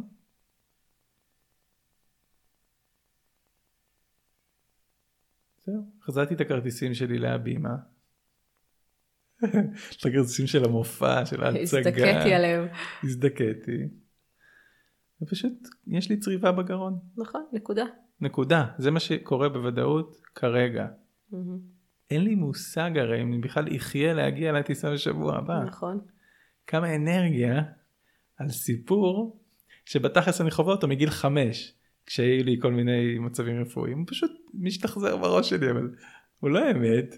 זהו, חזרתי את הכרטיסים שלי להבימה. את הכרטיסים של המופע, של ההצגה. הזדקתי עליהם. הזדקתי. ופשוט יש לי צריבה בגרון. נכון, נקודה. נקודה, זה מה שקורה בוודאות כרגע. Mm-hmm. אין לי מושג הרי אם אני בכלל אחיה להגיע לטיסה בשבוע הבא. נכון. כמה אנרגיה על סיפור שבתכלס אני חווה אותו מגיל חמש, כשהיו לי כל מיני מצבים רפואיים, הוא פשוט משתחזר בראש שלי, אבל הוא לא אמת.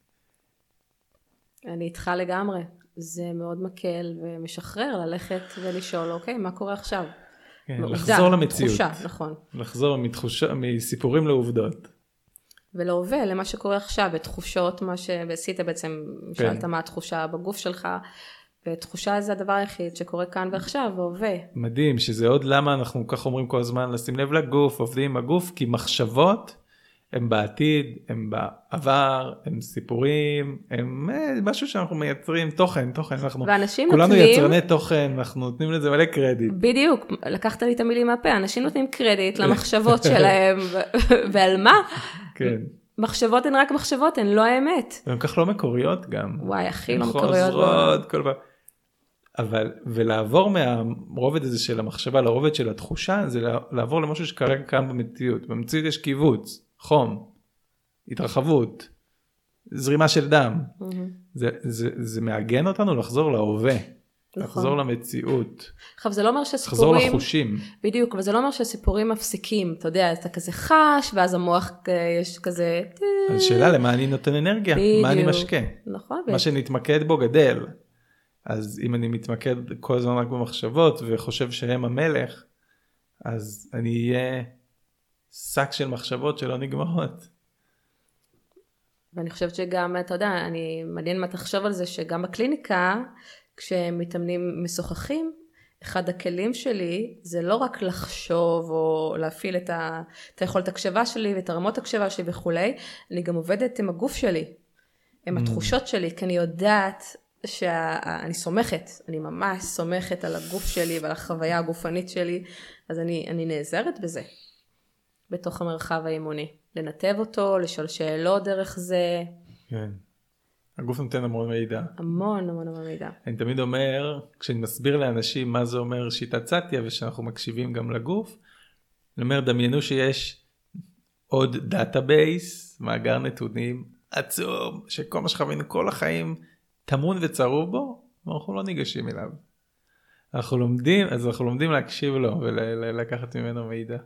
אני איתך לגמרי. זה מאוד מקל ומשחרר ללכת ולשאול, אוקיי, מה קורה עכשיו? כן, לחזור למציאות. תחושה, נכון. לחזור מתחושה, מסיפורים לעובדות. ולהווה, למה שקורה עכשיו, בתחושות, מה שעשית בעצם, כן. שאלת מה התחושה בגוף שלך, ותחושה זה הדבר היחיד שקורה כאן ועכשיו, והווה. מדהים, שזה עוד למה אנחנו כך אומרים כל הזמן, לשים לב לגוף, עובדים עם הגוף, כי מחשבות הם בעתיד, הם בעבר, הם סיפורים, הם משהו שאנחנו מייצרים, תוכן, תוכן, אנחנו כולנו נותנים, יצרני תוכן, אנחנו נותנים לזה מלא קרדיט. בדיוק, לקחת לי את המילים מהפה, אנשים נותנים קרדיט למחשבות שלהם, ועל מה? כן. מחשבות הן רק מחשבות, הן לא האמת. והן כך לא מקוריות גם. וואי, הכי לא מקוריות. חוזרות, כל פעם. אבל, ולעבור מהרובד הזה של המחשבה לרובד של התחושה, זה לעבור למשהו שכרגע כאן במציאות. במציאות יש קיבוץ, חום, התרחבות, זרימה של דם. Mm-hmm. זה, זה, זה מעגן אותנו לחזור להווה. נכון. לחזור למציאות. עכשיו, זה לא אומר שסיפורים... לחזור לחושים. בדיוק, אבל זה לא אומר שהסיפורים מפסיקים. אתה יודע, אתה כזה חש, ואז המוח יש כזה... השאלה, למה אני נותן אנרגיה? בדיוק. מה אני משקה? נכון. מה שנתמקד בו גדל. אז אם אני מתמקד כל הזמן רק במחשבות, וחושב שהם המלך, אז אני אהיה שק של מחשבות שלא נגמרות. ואני חושבת שגם, אתה יודע, אני מעניין מה תחשוב על זה, שגם בקליניקה, כשמתאמנים משוחחים, אחד הכלים שלי, זה לא רק לחשוב, או להפעיל את, ה, את היכולת הקשבה שלי, ואת הרמות הקשבה שלי וכולי, אני גם עובדת עם הגוף שלי, עם התחושות שלי, כי אני יודעת שאני סומכת, אני ממש סומכת על הגוף שלי, ועל החוויה הגופנית שלי, אז אני, אני נעזרת בזה, בתוך המרחב האימוני. לנתב אותו, לשאול שאלות דרך זה. כן. הגוף נותן המון מידע. המון המון המון מידע. אני תמיד אומר, כשאני מסביר לאנשים מה זה אומר שיטת סאטיה, ושאנחנו מקשיבים גם לגוף, אני אומר, דמיינו שיש עוד דאטאבייס, מאגר נתונים עצום, שכל מה שחווינו כל החיים תמון וצרוב בו, ואנחנו לא ניגשים אליו. אנחנו לומדים, אז אנחנו לומדים להקשיב לו, ולקחת ממנו מידע.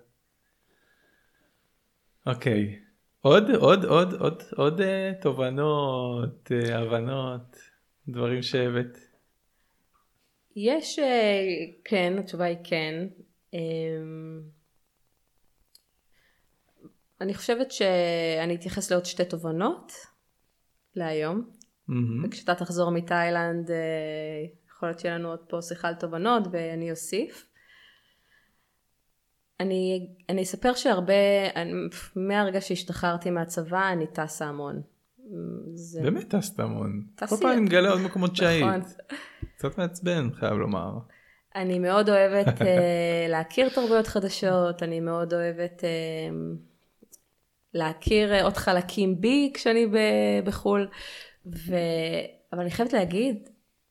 אוקיי. עוד, עוד, עוד, עוד, עוד uh, תובנות, uh, הבנות, דברים שהבאת. יש, uh, כן, התשובה היא כן. Um, אני חושבת שאני אתייחס לעוד שתי תובנות להיום. Mm-hmm. וכשאתה תחזור מתאילנד, uh, יכול להיות שיהיה לנו עוד פה שיחה על תובנות, ואני אוסיף. אני, אני אספר שהרבה, אני, מהרגע שהשתחררתי מהצבא, אני טסה המון. זה... באמת טסת המון. כל פעם אני מגלה עוד מקומות שהיית. קצת מעצבן, חייב לומר. אני מאוד אוהבת uh, להכיר תרבויות חדשות, אני מאוד אוהבת uh, להכיר עוד חלקים בי כשאני בחול, ו... אבל אני חייבת להגיד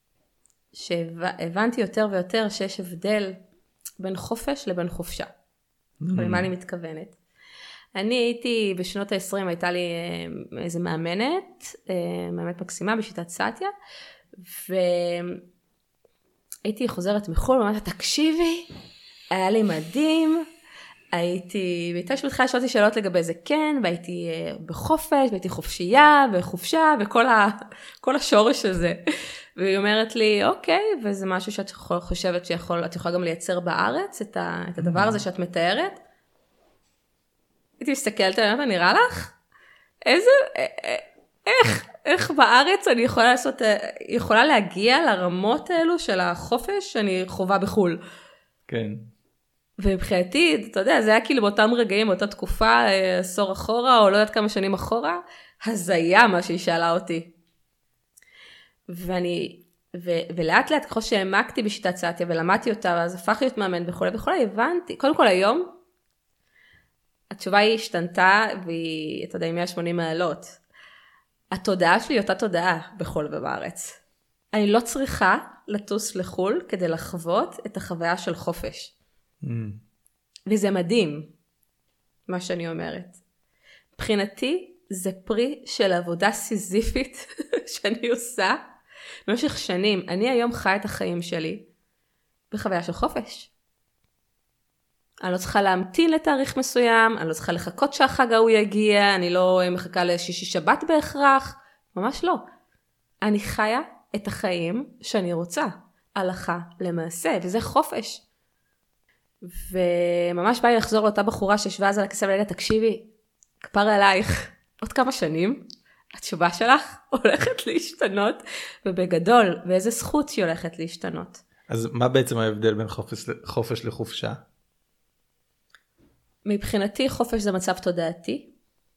שהבנתי יותר ויותר שיש הבדל בין חופש לבין חופשה. למה אני מתכוונת? אני הייתי בשנות ה-עשרים, הייתה לי איזה מאמנת, מאמנת מקסימה בשיטת סאטיה, והייתי חוזרת מחול, ואומרת, תקשיבי, היה לי מדהים, הייתי, והייתה שבתחילה שאלתי שאלות לגבי זה כן, והייתי בחופש, והייתי חופשייה, וחופשה, וכל ה, כל השורש הזה. והיא אומרת לי, אוקיי, וזה משהו שאת חושבת שיכול, את יכולה גם לייצר בארץ את, ה, את הדבר הזה שאת מתארת. הייתי מסתכלת עליה, נראה לך? איזה, איך, איך בארץ אני יכולה לעשות, יכולה להגיע לרמות האלו של החופש שאני חובה בחול. כן. ובחייתי, אתה יודע, זה היה כאילו באותם רגעים, באותה תקופה, עשור אחורה, או לא יודעת כמה שנים אחורה, הזיה מה שהיא שאלה אותי. ואני, ו, ולאט לאט, ככל שהעמקתי בשיטת סאטיה ולמדתי אותה, אז הפך להיות מאמן וכו' וכו', הבנתי, קודם כל היום, התשובה היא השתנתה, והיא, אתה יודע, עם מאה ושמונים מעלות. התודעה שלי היא אותה תודעה בחול ובארץ. אני לא צריכה לטוס לחול כדי לחוות את החוויה של חופש. Mm. וזה מדהים, מה שאני אומרת. מבחינתי, זה פרי של עבודה סיזיפית שאני עושה במשך שנים. אני היום חי את החיים שלי בחוויה של חופש. אני לא צריכה להמתין לתאריך מסוים, אני לא צריכה לחכות שהחג ההוא יגיע, אני לא מחכה לשישי שבת בהכרח, ממש לא. אני חיה את החיים שאני רוצה, הלכה למעשה, וזה חופש. וממש בא לי לחזור לאותה בחורה שישבה אז על הכיסא ולהגיד, תקשיבי, כפר עלייך, עוד כמה שנים, התשובה שלך הולכת להשתנות, ובגדול, ואיזה זכות שהיא הולכת להשתנות. אז מה בעצם ההבדל בין חופש, חופש לחופשה? מבחינתי חופש זה מצב תודעתי,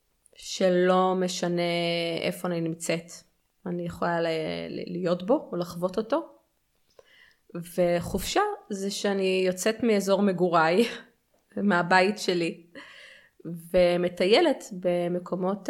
שלא משנה איפה אני נמצאת. אני יכולה להיות בו או לחוות אותו. וחופשה זה שאני יוצאת מאזור מגוריי, מהבית שלי, ומטיילת במקומות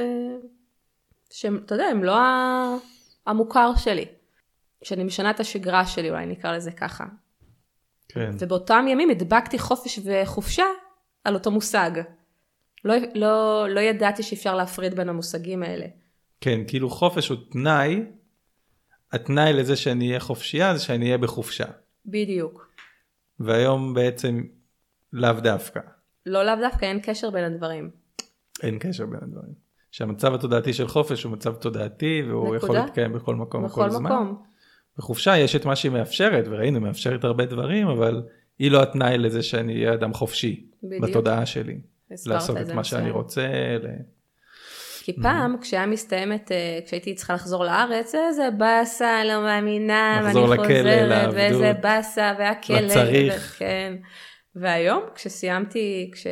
שהם, אתה יודע, הם לא המוכר שלי. שאני משנה את השגרה שלי, אולי נקרא לזה ככה. כן. ובאותם ימים הדבקתי חופש וחופשה על אותו מושג. לא, לא, לא ידעתי שאפשר להפריד בין המושגים האלה. כן, כאילו חופש הוא תנאי, התנאי לזה שאני אהיה חופשייה, זה שאני אהיה בחופשה. בדיוק. והיום בעצם לאו דווקא. לא לאו דווקא, אין קשר בין הדברים. אין קשר בין הדברים. שהמצב התודעתי של חופש הוא מצב תודעתי, והוא נקודה. יכול להתקיים בכל מקום, בכל בכל מקום. זמן. בחופשה יש את מה שהיא מאפשרת, וראינו, מאפשרת הרבה דברים, אבל היא לא התנאי לזה שאני אהיה אדם חופשי. בדיוק. בתודעה שלי. לעשות את מה שאני רוצה. ל... כי פעם, כשהיה מסתיימת, כשהייתי צריכה לחזור לארץ, איזה בסה, לא מאמינה, ואני חוזרת, ואיזה בסה, והכלא. לצריך. כן. והיום, כשסיימתי, כש...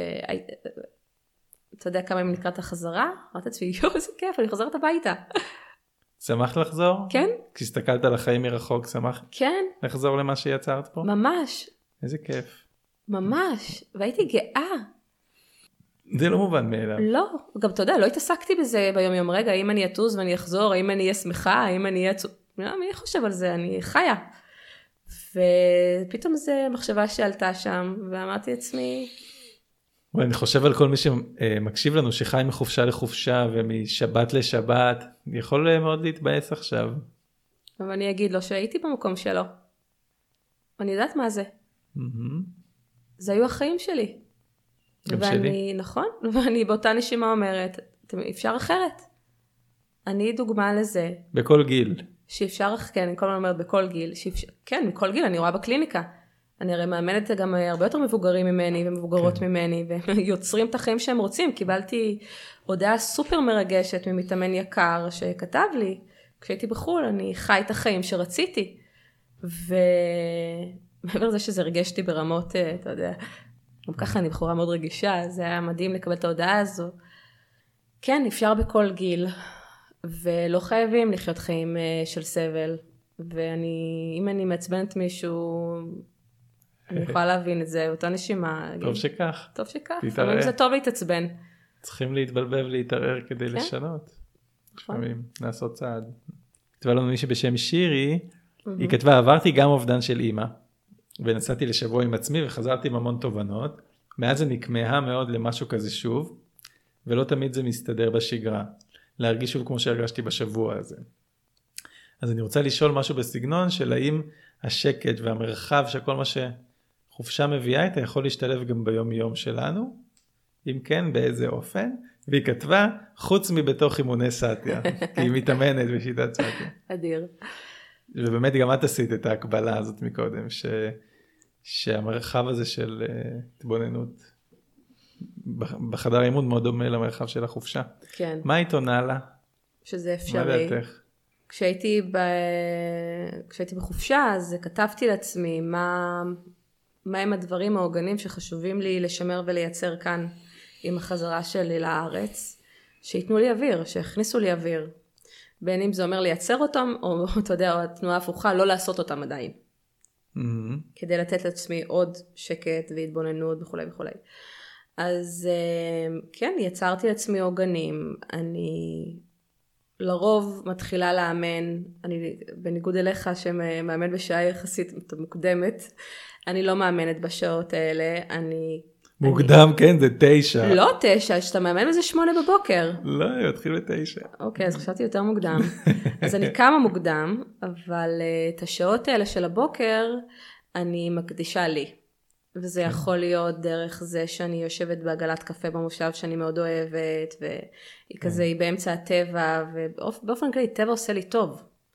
אתה יודע כמה אם נקראת החזרה? אמרת עצמי, יו, איזה כיף, אני חוזרת הביתה. שמחת לחזור? כן. כשהסתכלת על החיים מרחוק, שמחת? כן. לחזור למה שיצרת פה? ממש. איזה כיף. ממש. והייתי גאה. זה לא מובן מאליו. לא. גם אתה יודע, לא התעסקתי בזה ביום יום. רגע, האם אני אטוז ואני אחזור, האם אני אהיה שמחה, האם אני אהיה... לא, מי חושב על זה? אני חיה. ופתאום זו מחשבה שעלתה שם, ואמרתי לעצמי... אני חושב על כל מי שמקשיב לנו, שחי מחופשה לחופשה ומשבת לשבת, יכול מאוד להתבאס עכשיו. אבל אני אגיד לו שהייתי במקום שלו. אני יודעת מה זה. זה היו החיים שלי. גם ואני, שלי. נכון, ואני באותה נשימה אומרת, אפשר אחרת. אני דוגמה לזה. בכל גיל. שאפשר, כן, אני כל הזמן אומרת בכל גיל. שאפשר, כן, בכל גיל, אני רואה בקליניקה. אני הרי מאמנת גם הרבה יותר מבוגרים ממני ומבוגרות כן. ממני, ויוצרים את החיים שהם רוצים. קיבלתי הודעה סופר מרגשת ממתאמן יקר שכתב לי, כשהייתי בחול, אני חי את החיים שרציתי. ומעבר לזה שזה רגשתי ברמות, אתה יודע, גם ככה אני בחורה מאוד רגישה, זה היה מדהים לקבל את ההודעה הזו. כן, אפשר בכל גיל, ולא חייבים לחיות חיים של סבל. ואני, אם אני מעצבנת מישהו... אני יכולה להבין את זה, אותה נשימה. טוב שכך. טוב שכך. לפעמים זה טוב להתעצבן. צריכים להתבלבל ולהתערער כדי לשנות. לפעמים, לעשות צעד. כתבה לנו מישהי בשם שירי, היא כתבה, עברתי גם אובדן של אימא, ונסעתי לשבוע עם עצמי וחזרתי עם המון תובנות. מאז זה נקמאה מאוד למשהו כזה שוב, ולא תמיד זה מסתדר בשגרה. להרגיש שוב כמו שהרגשתי בשבוע הזה. אז אני רוצה לשאול משהו בסגנון של האם השקט והמרחב שכל מה שחופשה מביאה איתה יכול להשתלב גם ביום יום שלנו, אם כן באיזה אופן, והיא כתבה חוץ מבתוך אימוני סאטיה, כי היא מתאמנת בשיטת סאטיה. אדיר. ובאמת גם את עשית את ההקבלה הזאת מקודם, ש... שהמרחב הזה של התבוננות בחדר אימון מאוד דומה למרחב של החופשה. כן. מה היית עונה לה? שזה אפשרי. מה דעתך? כשהייתי, ב... כשהייתי בחופשה, אז כתבתי לעצמי מה... מה הם הדברים העוגנים שחשובים לי לשמר ולייצר כאן עם החזרה שלי לארץ, שיתנו לי אוויר, שהכניסו לי אוויר. בין אם זה אומר לייצר אותם, או אתה יודע, או התנועה הפוכה, לא לעשות אותם עדיין. Mm-hmm. כדי לתת לעצמי עוד שקט והתבוננות וכו' וכו'. אז כן, יצרתי לעצמי עוגנים. אני לרוב מתחילה לאמן, אני בניגוד אליך שמאמן בשעה יחסית מוקדמת, אני לא מאמנת בשעות האלה, אני... מוקדם, אני... כן, זה תשע. לא תשע, שאתה מאמן בזה שמונה בבוקר. לא, יתחיל בתשע. אוקיי, אז חשבתי יותר מוקדם. אז אני קמה מוקדם, אבל uh, את השעות האלה של הבוקר, אני מקדישה לי. וזה כן. יכול להיות דרך זה שאני יושבת בעגלת קפה במושב שאני מאוד אוהבת, והיא כן. כזה, היא באמצע הטבע, ובאופן כללי, טבע עושה לי טוב.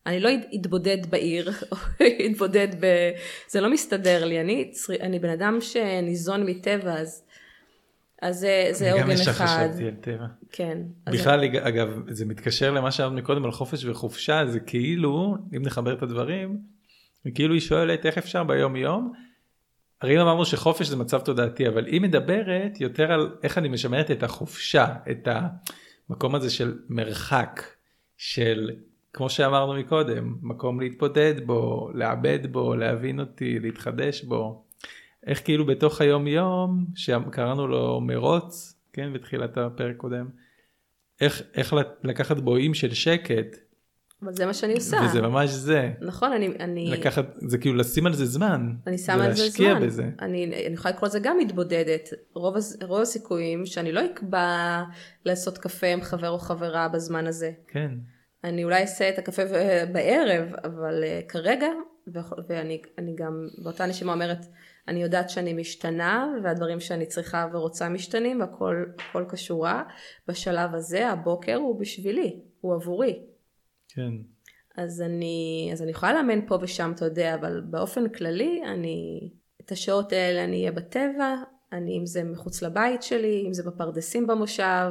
אני לא אתבודד בעיר, או אתבודד ב... זה לא מסתדר לי, אני, אני בן אדם שניזון מטבע, אז, אז זה, זה עוגן אחד. גם יש חשבתי על טבע. כן. בכלל, אז... אגב, זה מתקשר למה שאמרנו מקודם על חופש וחופשה, זה כאילו, אם נחבר את הדברים, כאילו היא שואלת איך אפשר ביום יום, הרי אם אמרנו שחופש זה מצב תודעתי, אבל היא מדברת יותר על איך אני משמרת את החופשה, את המקום הזה של מרחק, של, כמו שאמרנו מקודם, מקום להתבודד בו, לעבד בו, להבין אותי, להתחדש בו. איך כאילו בתוך היום יום, שקראנו לו מרוץ, כן, בתחילת הפרק קודם, איך, איך לקחת בואים של שקט, אבל זה מה שאני עושה. וזה ממש זה. נכון, אני... אני... לקחת, זה כאילו לשים על זה זמן. אני שמה על זה זמן. ולהשקיע בזה. אני, אני יכולה לקרוא לזה גם מתבודדת. רוב, רוב הסיכויים שאני לא אקבע לעשות קפה עם חבר או חברה בזמן הזה. כן. אני אולי אעשה את הקפה בערב, אבל uh, כרגע, ואני אני גם באותה נשימה אומרת, אני יודעת שאני משתנה, והדברים שאני צריכה ורוצה משתנים, והכל הכל קשורה. בשלב הזה, הבוקר הוא בשבילי, הוא עבורי. כן. אז אני, אז אני יכולה לאמן פה ושם, אתה יודע, אבל באופן כללי, אני, את השעות האלה אני אהיה בטבע, אני, אם זה מחוץ לבית שלי, אם זה בפרדסים במושב,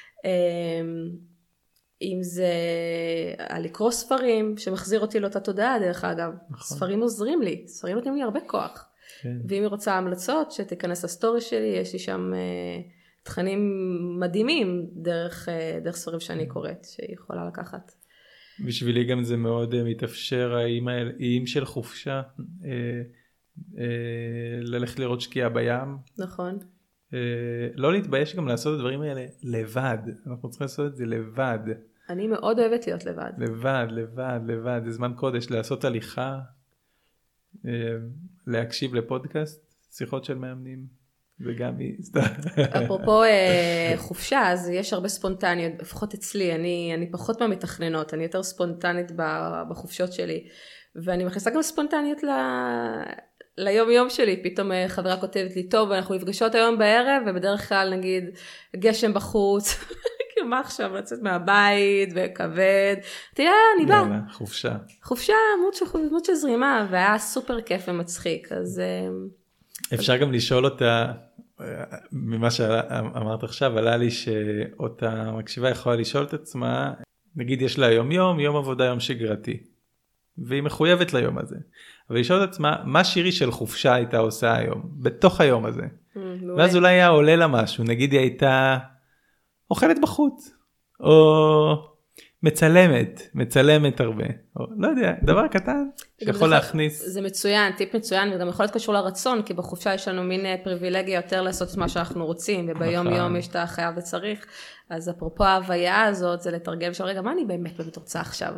אם זה לקרוא ספרים, שמחזיר אותי לאותה תודעה, דרך אגב. נכון. ספרים עוזרים לי, ספרים נותנים לי הרבה כוח. כן. ואם היא רוצה המלצות, שתיכנס לסטורי שלי, יש לי שם תכנים מדהימים, דרך, דרך ספרים שאני קוראת, שהיא יכולה לקחת. בשבילי גם זה מאוד uh, מתאפשר, האיים של חופשה, uh, uh, ללכת לראות שקיעה בים. נכון. Uh, לא להתבייש גם לעשות את הדברים האלה לבד, אנחנו צריכים לעשות את זה לבד. אני מאוד אוהבת להיות לבד. לבד, לבד, לבד, זה זמן קודש, לעשות הליכה, uh, להקשיב לפודקאסט, שיחות של מאמנים. וגם היא... אפרופו חופשה, אז יש הרבה ספונטניות, לפחות אצלי, אני, אני פחות מהמתכננות, אני יותר ספונטנית בחופשות שלי, ואני מכניסה גם ספונטניות ל... ליום יום שלי, פתאום חברה כותבת לי, טוב, אנחנו נפגשות היום בערב, ובדרך כלל נגיד, גשם בחוץ, כאילו מה עכשיו, לצאת מהבית, וכבד, תראה, אני באה. יאללה, חופשה. חופשה, מות של זרימה, והיה סופר כיף ומצחיק, אז... אפשר גם לשאול אותה, ממה שאמרת עכשיו, עלה לי שאותה מקשיבה יכולה לשאול את עצמה, נגיד יש לה יום יום, יום עבודה יום שגרתי, והיא מחויבת ליום הזה, אבל לשאול את עצמה, מה שירי של חופשה הייתה עושה היום, בתוך היום הזה, ואז אולי היה עולה לה משהו, נגיד היא הייתה אוכלת בחוץ, או מצלמת, מצלמת הרבה, או לא יודע, דבר קטן שיכול להכניס. זה מצוין, טיפ מצוין, וגם יכול להיות קשור לרצון, כי בחופשה יש לנו מין פריבילגיה יותר לעשות את מה שאנחנו רוצים, וביום יום יש את החייב וצריך, אז אפרופו ההוויה הזאת, זה לתרגם של רגע, מה אני באמת באמת רוצה עכשיו?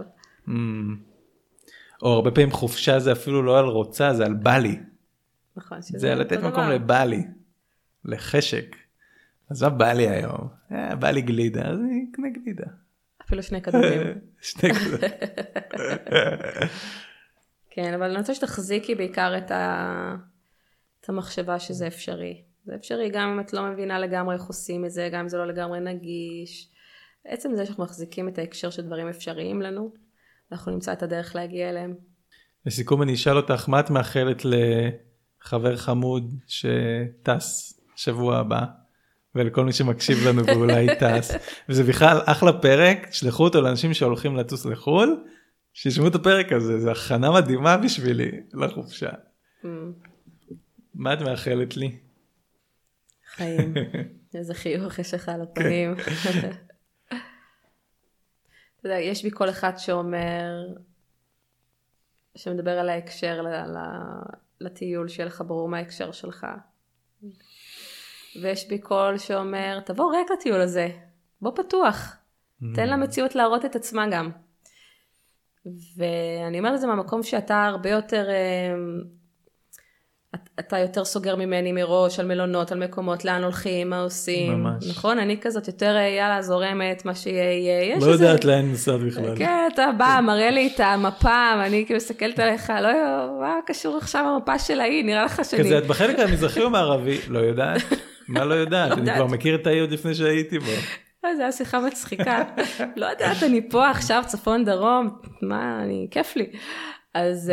או הרבה פעמים חופשה זה אפילו לא על רוצה, זה על בא לי. נכון. זה לתת מקום לבא לי, לחשק. אז מה בא לי היום? בא לי גלידה, אז אני אקנה גלידה. אפילו שני כדורים. שני כדורים. כן, אבל אני רוצה שתחזיקי בעיקר את, ה... את המחשבה שזה אפשרי. זה אפשרי גם אם את לא מבינה לגמרי איך עושים את זה, גם אם זה לא לגמרי נגיש. בעצם זה שאנחנו מחזיקים את ההקשר של דברים אפשריים לנו, אנחנו נמצא את הדרך להגיע אליהם. לסיכום אני אשאל אותך, מה את מאחלת לחבר חמוד שטס שבוע הבא? ולכל מי שמקשיב לנו ואולי טס, וזה בכלל אחלה פרק, שלחו אותו לאנשים שהולכים לטוס לחול, שישמעו את הפרק הזה, זה הכנה מדהימה בשבילי לחופשה. מה את מאחלת לי? חיים, איזה חיוך יש לך על הפנים. אתה יודע, יש בי כל אחד שאומר, שמדבר על ההקשר, לטיול שיהיה לך ברור מה ההקשר שלך. ויש בי קול שאומר, תבוא רק לטיול הזה, בוא פתוח, תן למציאות להראות את עצמה גם. ואני אומרת את זה מהמקום שאתה הרבה יותר, אתה יותר סוגר ממני מראש, על מלונות, על מקומות, לאן הולכים, מה עושים. ממש. נכון? אני כזאת יותר, יאללה, זורמת, מה שיהיה. לא יודעת לאן נסעת בכלל. כן, אתה בא, מראה לי את המפה, ואני כאילו מסתכלת עליך, לא, מה קשור עכשיו המפה של ההיא, נראה לך שאני... כזה, את בחלק המזרחי או מערבי? לא יודעת. מה לא יודעת? אני כבר מכיר את העיר לפני שהייתי בו. זו הייתה שיחה מצחיקה. לא יודעת, אני פה עכשיו, צפון דרום, מה, אני, כיף לי. אז,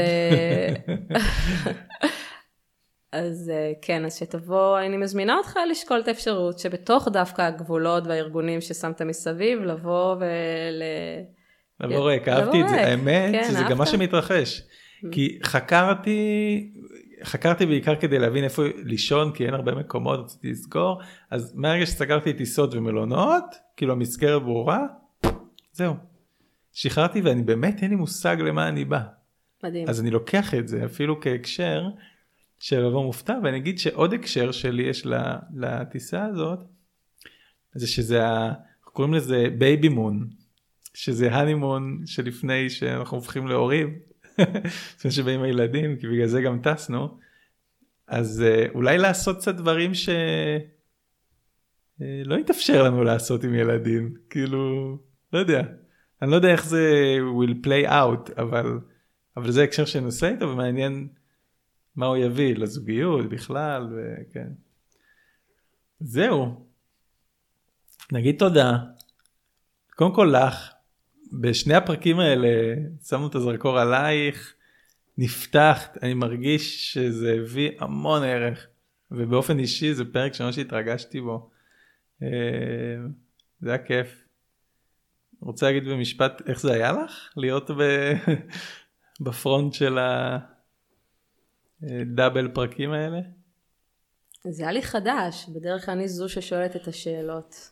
אז כן, אז שתבוא, אני מזמינה אותך לשקול את האפשרות, שבתוך דווקא הגבולות והארגונים ששמת מסביב, לבוא ול... לבוא ריק, אהבתי את זה, האמת שזה גם מה שמתרחש. כי חקרתי, חקרתי בעיקר כדי להבין איפה לישון, כי אין הרבה מקומות, רציתי לסגור, אז מהרגע שסגרתי טיסות ומלונות, כאילו המסגרת ברורה, זהו. שחררתי ואני באמת אין לי מושג למה אני בא. מדהים. אז אני לוקח את זה אפילו כהקשר של לבוא מופתע, ואני אגיד שעוד הקשר שלי יש לטיסה הזאת, זה שזה, אנחנו קוראים לזה בייבי מון, שזה הנימון שלפני שאנחנו הופכים להורים, לפני שבאים הילדים, כי בגלל זה גם טסנו, אז אולי לעשות קצת דברים שלא יתאפשר לנו לעשות עם ילדים, כאילו, לא יודע, אני לא יודע איך זה will play out, אבל, אבל זה הקשר שנושא איתו, ומעניין מה הוא יביא לזוגיות בכלל, וכן. זהו, נגיד תודה, קודם כל לך, בשני הפרקים האלה שמנו את הזרקור עלייך, נפתחת, אני מרגיש שזה הביא המון ערך, ובאופן אישי זה פרק שממש התרגשתי בו. זה היה כיף. רוצה להגיד במשפט, איך זה היה לך? להיות בפרונט של הדאבל פרקים האלה? זה היה לי חדש, בדרך כלל אני זו ששואלת את השאלות.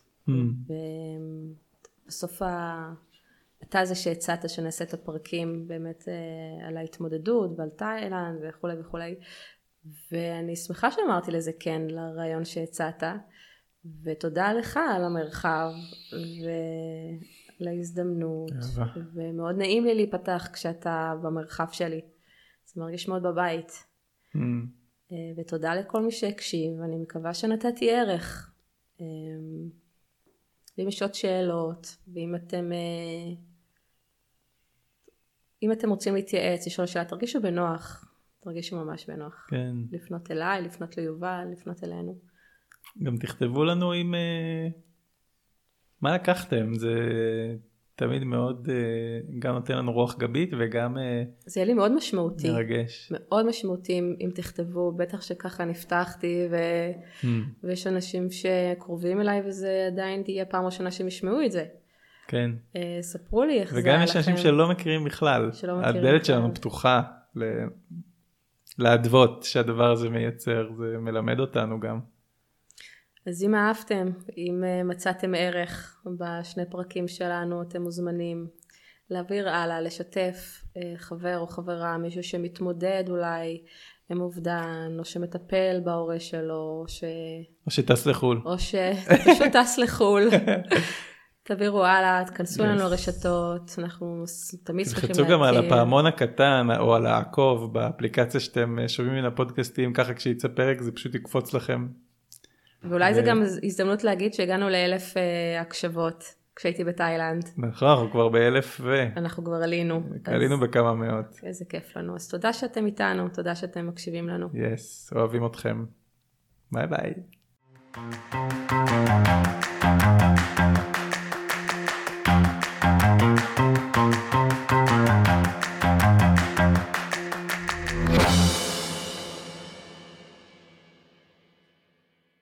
ובסוף ה... אתה זה שהצעת שנעשה את הפרקים באמת אה, על ההתמודדות ועל תאילנד וכו' וכו'. ואני שמחה שאמרתי לזה כן לרעיון שהצעת, ותודה לך על המרחב ולהזדמנות, ומאוד נעים לי להיפתח כשאתה במרחב שלי, זה מרגיש מאוד בבית. Mm. ותודה לכל מי שהקשיב, אני מקווה שנתתי ערך. ואם יש עוד שאלות, ואם אתם... אם אתם רוצים להתייעץ, לשאול שאלה, תרגישו בנוח, תרגישו ממש בנוח. כן. לפנות אליי, לפנות ליובל, לפנות אלינו. גם תכתבו לנו עם... מה לקחתם? זה תמיד מאוד, גם נותן לנו רוח גבית וגם... זה יהיה לי מאוד משמעותי. מרגש. מאוד משמעותי אם תכתבו, בטח שככה נפתחתי, ו... hmm. ויש אנשים שקרובים אליי, וזה עדיין תהיה פעם ראשונה שהם ישמעו את זה. כן. ספרו לי איך זה היה לכם. וגם יש אנשים שלא מכירים בכלל. שלא מכירים הדלת שלנו פתוחה להדוות שהדבר הזה מייצר, זה מלמד אותנו גם. אז אם אהבתם, אם מצאתם ערך בשני פרקים שלנו, אתם מוזמנים להעביר הלאה, לשתף חבר או חברה, מישהו שמתמודד אולי עם אובדן, או שמטפל בהורה שלו, או ש... או שטס לחול. או שפשוט טס לחול. תעבירו הלאה, תכנסו לנו לרשתות, אנחנו תמיד שמחים להכיר. תלחצו גם על הפעמון הקטן, או על העקוב באפליקציה שאתם שומעים מן הפודקאסטים, ככה כשיצא פרק זה פשוט יקפוץ לכם. ואולי זה גם הזדמנות להגיד שהגענו לאלף הקשבות כשהייתי בתאילנד. נכון, אנחנו כבר באלף ו... אנחנו כבר עלינו. עלינו בכמה מאות. איזה כיף לנו. אז תודה שאתם איתנו, תודה שאתם מקשיבים לנו. יס, אוהבים אתכם. ביי ביי.